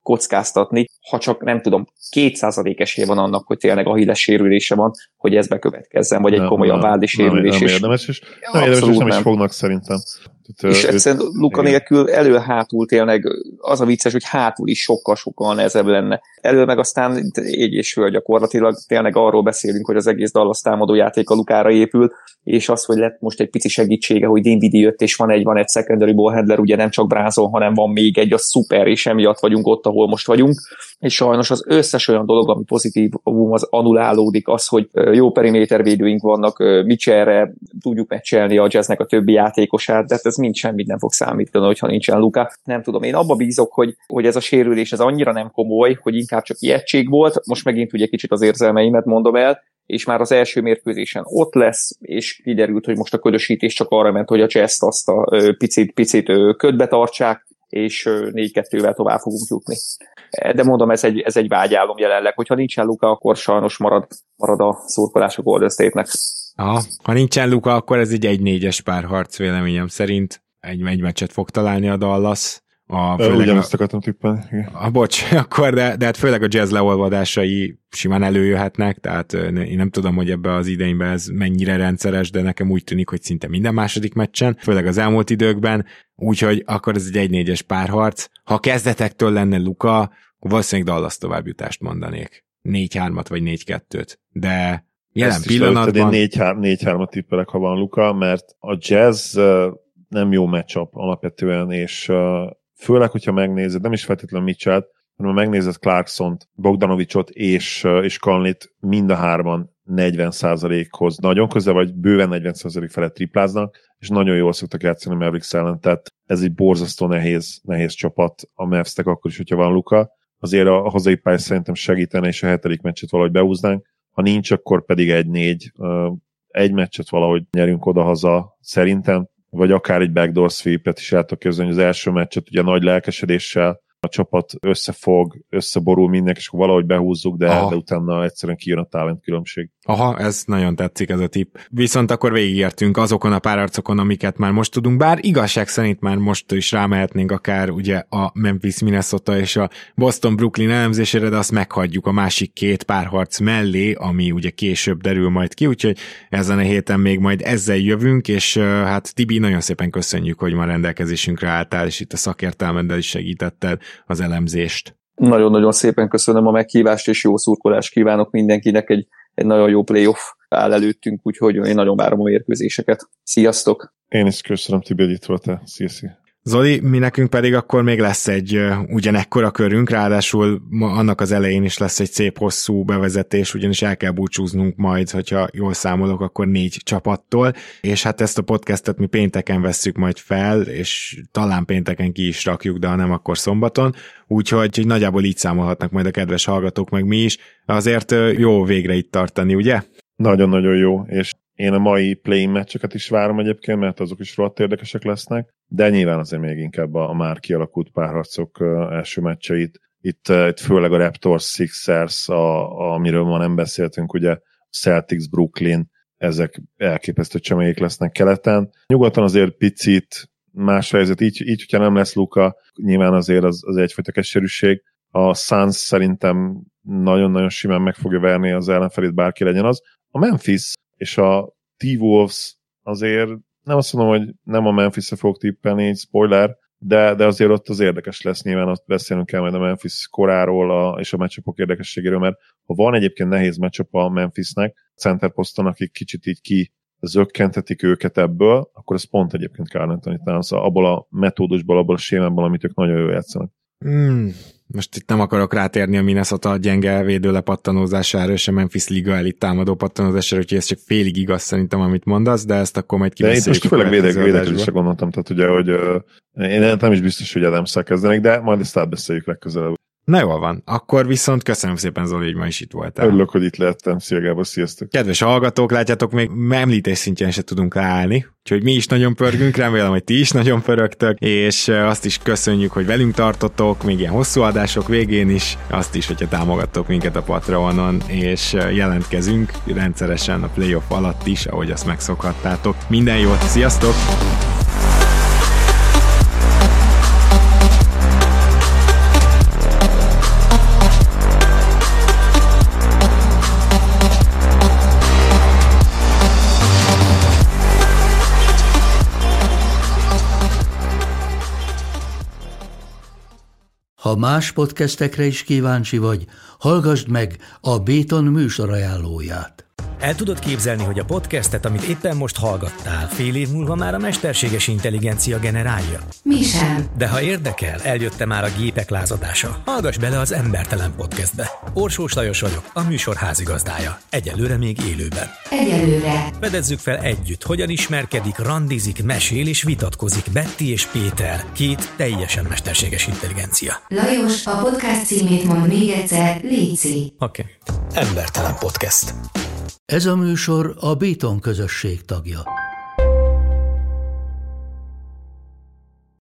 kockáztatni, ha csak nem tudom, két százalék esély van annak, hogy tényleg Achilles sérülése van, hogy ez bekövetkezzen, vagy egy komolyabb vádi sérülés. Nem, nem érdemes, és nem, érdemes, és nem is fognak szerintem. Tehát, és egyszerűen Luka nélkül elő-hátul tényleg az a vicces, hogy hátul is sokkal-sokkal nehezebb lenne. Elő meg aztán így és föl gyakorlatilag tényleg arról beszélünk, hogy az egész Dallas támadójáték a Lukára épül, és az, hogy lett most egy pici segítsége, hogy Dinwiddie jött, és van egy, van egy secondary ball handler, ugye nem csak Brunson, hanem van még egy, az szuper, és emiatt vagyunk ott, ahol most vagyunk. És sajnos az összes olyan dolog, ami pozitív, az annulálódik, az, hogy jó perimétervédőink vannak, Mitchellre tudjuk meccselni a Jazznek a többi játékosát, de ez mind semmit nem fog számítani, hogyha nincsen Luka. Nem tudom, én abba bízok, hogy, hogy ez a sérülés ez annyira nem komoly, hogy inkább csak ijegység volt, most megint ugye kicsit az érzelmeimet mondom el, és már az első mérkőzésen ott lesz, és kiderült, hogy most a ködösítés csak arra ment, hogy a Jazz-t azt a picit, picit ködbe tartsák, és négy kettővel tovább fogunk jutni. De mondom, ez egy, ez egy vágyálom jelenleg, hogyha nincsen Luka, akkor sajnos marad, marad a szurkolás a Golden State-nek. Aha, ha nincsen Luka, akkor ez egy egy négyes párharc véleményem szerint. Egy, egy meccset fog találni a Dallas. A, ugyanazt akartam tippelni. A, bocs, akkor, de, de hát főleg a Jazz leolvadásai simán előjöhetnek, tehát én nem tudom, hogy ebbe az idényben ez mennyire rendszeres, de nekem úgy tűnik, hogy szinte minden második meccsen, főleg az elmúlt időkben, úgyhogy akkor ez egy egy négyes párharc. Ha kezdetektől lenne Luka, akkor valószínűleg Dallas továbbjutást mondanék. négy hármat vagy négy kettőt, de jelen ezt pillanatban... Én négy hármat tippelek, ha van Luka, mert a Jazz nem jó matchup alapvetően, és főleg, hogyha megnézed, nem is feltétlenül Mitchell, hanem megnézed Clarksont, Bogdanovicsot és, és Conleyt, mind a hárman negyven százalékhoz nagyon közel, vagy bőven negyven százalék felett tripláznak, és nagyon jól szoktak játszani a Mavericks ellen, tehát ez egy borzasztó nehéz, nehéz csapat a Mavs-tek akkor is, hogyha van Luka. Azért a hazai pálya szerintem segítene, és a hetedik meccset valahogy behúznánk. Ha nincs, akkor pedig egy négy. Egy meccset valahogy nyerünk oda-haza szerintem, vagy akár egy backdoor sweep-et is el tudok képzelni, hogy az első meccset ugye nagy lelkesedéssel a csapat összefog, összeborul mindenki, és akkor valahogy behúzzuk, de, de utána egyszerűen kijön a talent különbség. Aha, ez nagyon tetszik ez a tipp. Viszont akkor végigértünk azokon a párharcokon, amiket már most tudunk, bár igazság szerint már most is rámehetnénk akár ugye a Memphis, Minnesota és a Boston, Brooklyn elemzésére, de azt meghagyjuk a másik két párharc mellé, ami ugye később derül majd ki, úgyhogy ezen a héten még majd ezzel jövünk, és hát Tibi, nagyon szépen köszönjük, hogy ma rendelkezésünkre álltál, és itt a szakértelmeddel is segítetted az elemzést. Nagyon-nagyon szépen köszönöm a meghívást, és jó szurkolást kívánok mindenkinek, egy, egy nagyon jó playoff áll előttünk, úgyhogy én nagyon várom a mérkőzéseket. Sziasztok! Én is köszönöm, Tibi, hogy itt voltál. Szia, szia. Zoli, mi nekünk pedig akkor még lesz egy uh, ugyanekkora körünk, ráadásul annak az elején is lesz egy szép hosszú bevezetés, ugyanis el kell búcsúznunk majd, hogyha jól számolok, akkor négy csapattól, és hát ezt a podcastet mi pénteken vesszük majd fel, és talán pénteken ki is rakjuk, de ha nem, akkor szombaton, úgyhogy nagyjából így számolhatnak majd a kedves hallgatók, meg mi is. Azért uh, jó végre itt tartani, ugye? Nagyon-nagyon jó, és én a mai play-in meccseket is várom egyébként, mert azok is rohadt érdekesek lesznek, de nyilván azért még inkább a, a már kialakult párharcok uh, első meccseit. Itt, uh, itt főleg a Raptors, Sixers, a, a, amiről ma nem beszéltünk, ugye Celtics, Brooklyn, ezek elképesztő csemélyek lesznek keleten. Nyugaton azért picit más helyzet, így, így hogyha nem lesz Luka, nyilván azért az, az egyfajta keserűség. A Suns szerintem nagyon-nagyon simán meg fogja verni az ellenfelét, bárki legyen az. A Memphis és a T-Wolves azért nem azt mondom, hogy nem a Memphis-re fog tippelni, spoiler, de, de azért ott az érdekes lesz, nyilván ott beszélnünk kell majd a Memphis koráról a, és a matchupok érdekességéről, mert ha van egyébként nehéz matchup a Memphisnek, center poszton, akik kicsit így ki zökkentetik őket ebből, akkor ez pont egyébként Karl Anthony Towns, abból a metódusból, abból a sémából, amit ők nagyon jól játszanak. Hmm. Most itt nem akarok rátérni a Minnesota gyenge védő lepattanózására, és a Memphis liga elit támadó pattanózására, úgyhogy ez csak félig igaz szerintem, amit mondasz, de ezt akkor majd kibeszéljük. De itt most főleg védekezésre gondoltam, tehát ugye, hogy uh, én nem is biztos, hogy Adams-szel kezdenek, de majd ezt átbeszéljük legközelebb. Na jól van, akkor viszont köszönöm szépen, Zoli, hogy ma is itt voltál. Örülök, hogy itt lehettem. Szia Gábor, sziasztok! Kedves hallgatók, látjátok, még említés szintjén se tudunk ráállni, úgyhogy mi is nagyon pörgünk, remélem, hogy ti is nagyon pörögtök, és azt is köszönjük, hogy velünk tartotok, még ilyen hosszú adások végén is, azt is, hogyha támogattok minket a Patreonon, és jelentkezünk rendszeresen a playoff alatt is, ahogy azt megszokhattátok. Minden jót, sziasztok! Ha más podcastekre is kíváncsi vagy, hallgassd meg a Béton műsor ajánlóját. El tudod képzelni, hogy a podcastet, amit éppen most hallgattál, fél év múlva már a mesterséges intelligencia generálja? Mi sem. De ha érdekel, eljötte már a gépek lázadása. Hallgass bele az Embertelen Podcastbe. Orsós Lajos vagyok, a műsor házigazdája. Egyelőre még élőben. Egyelőre. Fedezzük fel együtt, hogyan ismerkedik, randizik, mesél és vitatkozik Betty és Péter, két teljesen mesterséges intelligencia. Lajos, a podcast címét mond még egyszer, léci. Oké. Okay. Embertelen Podcast. Ez a műsor a Béton közösség tagja.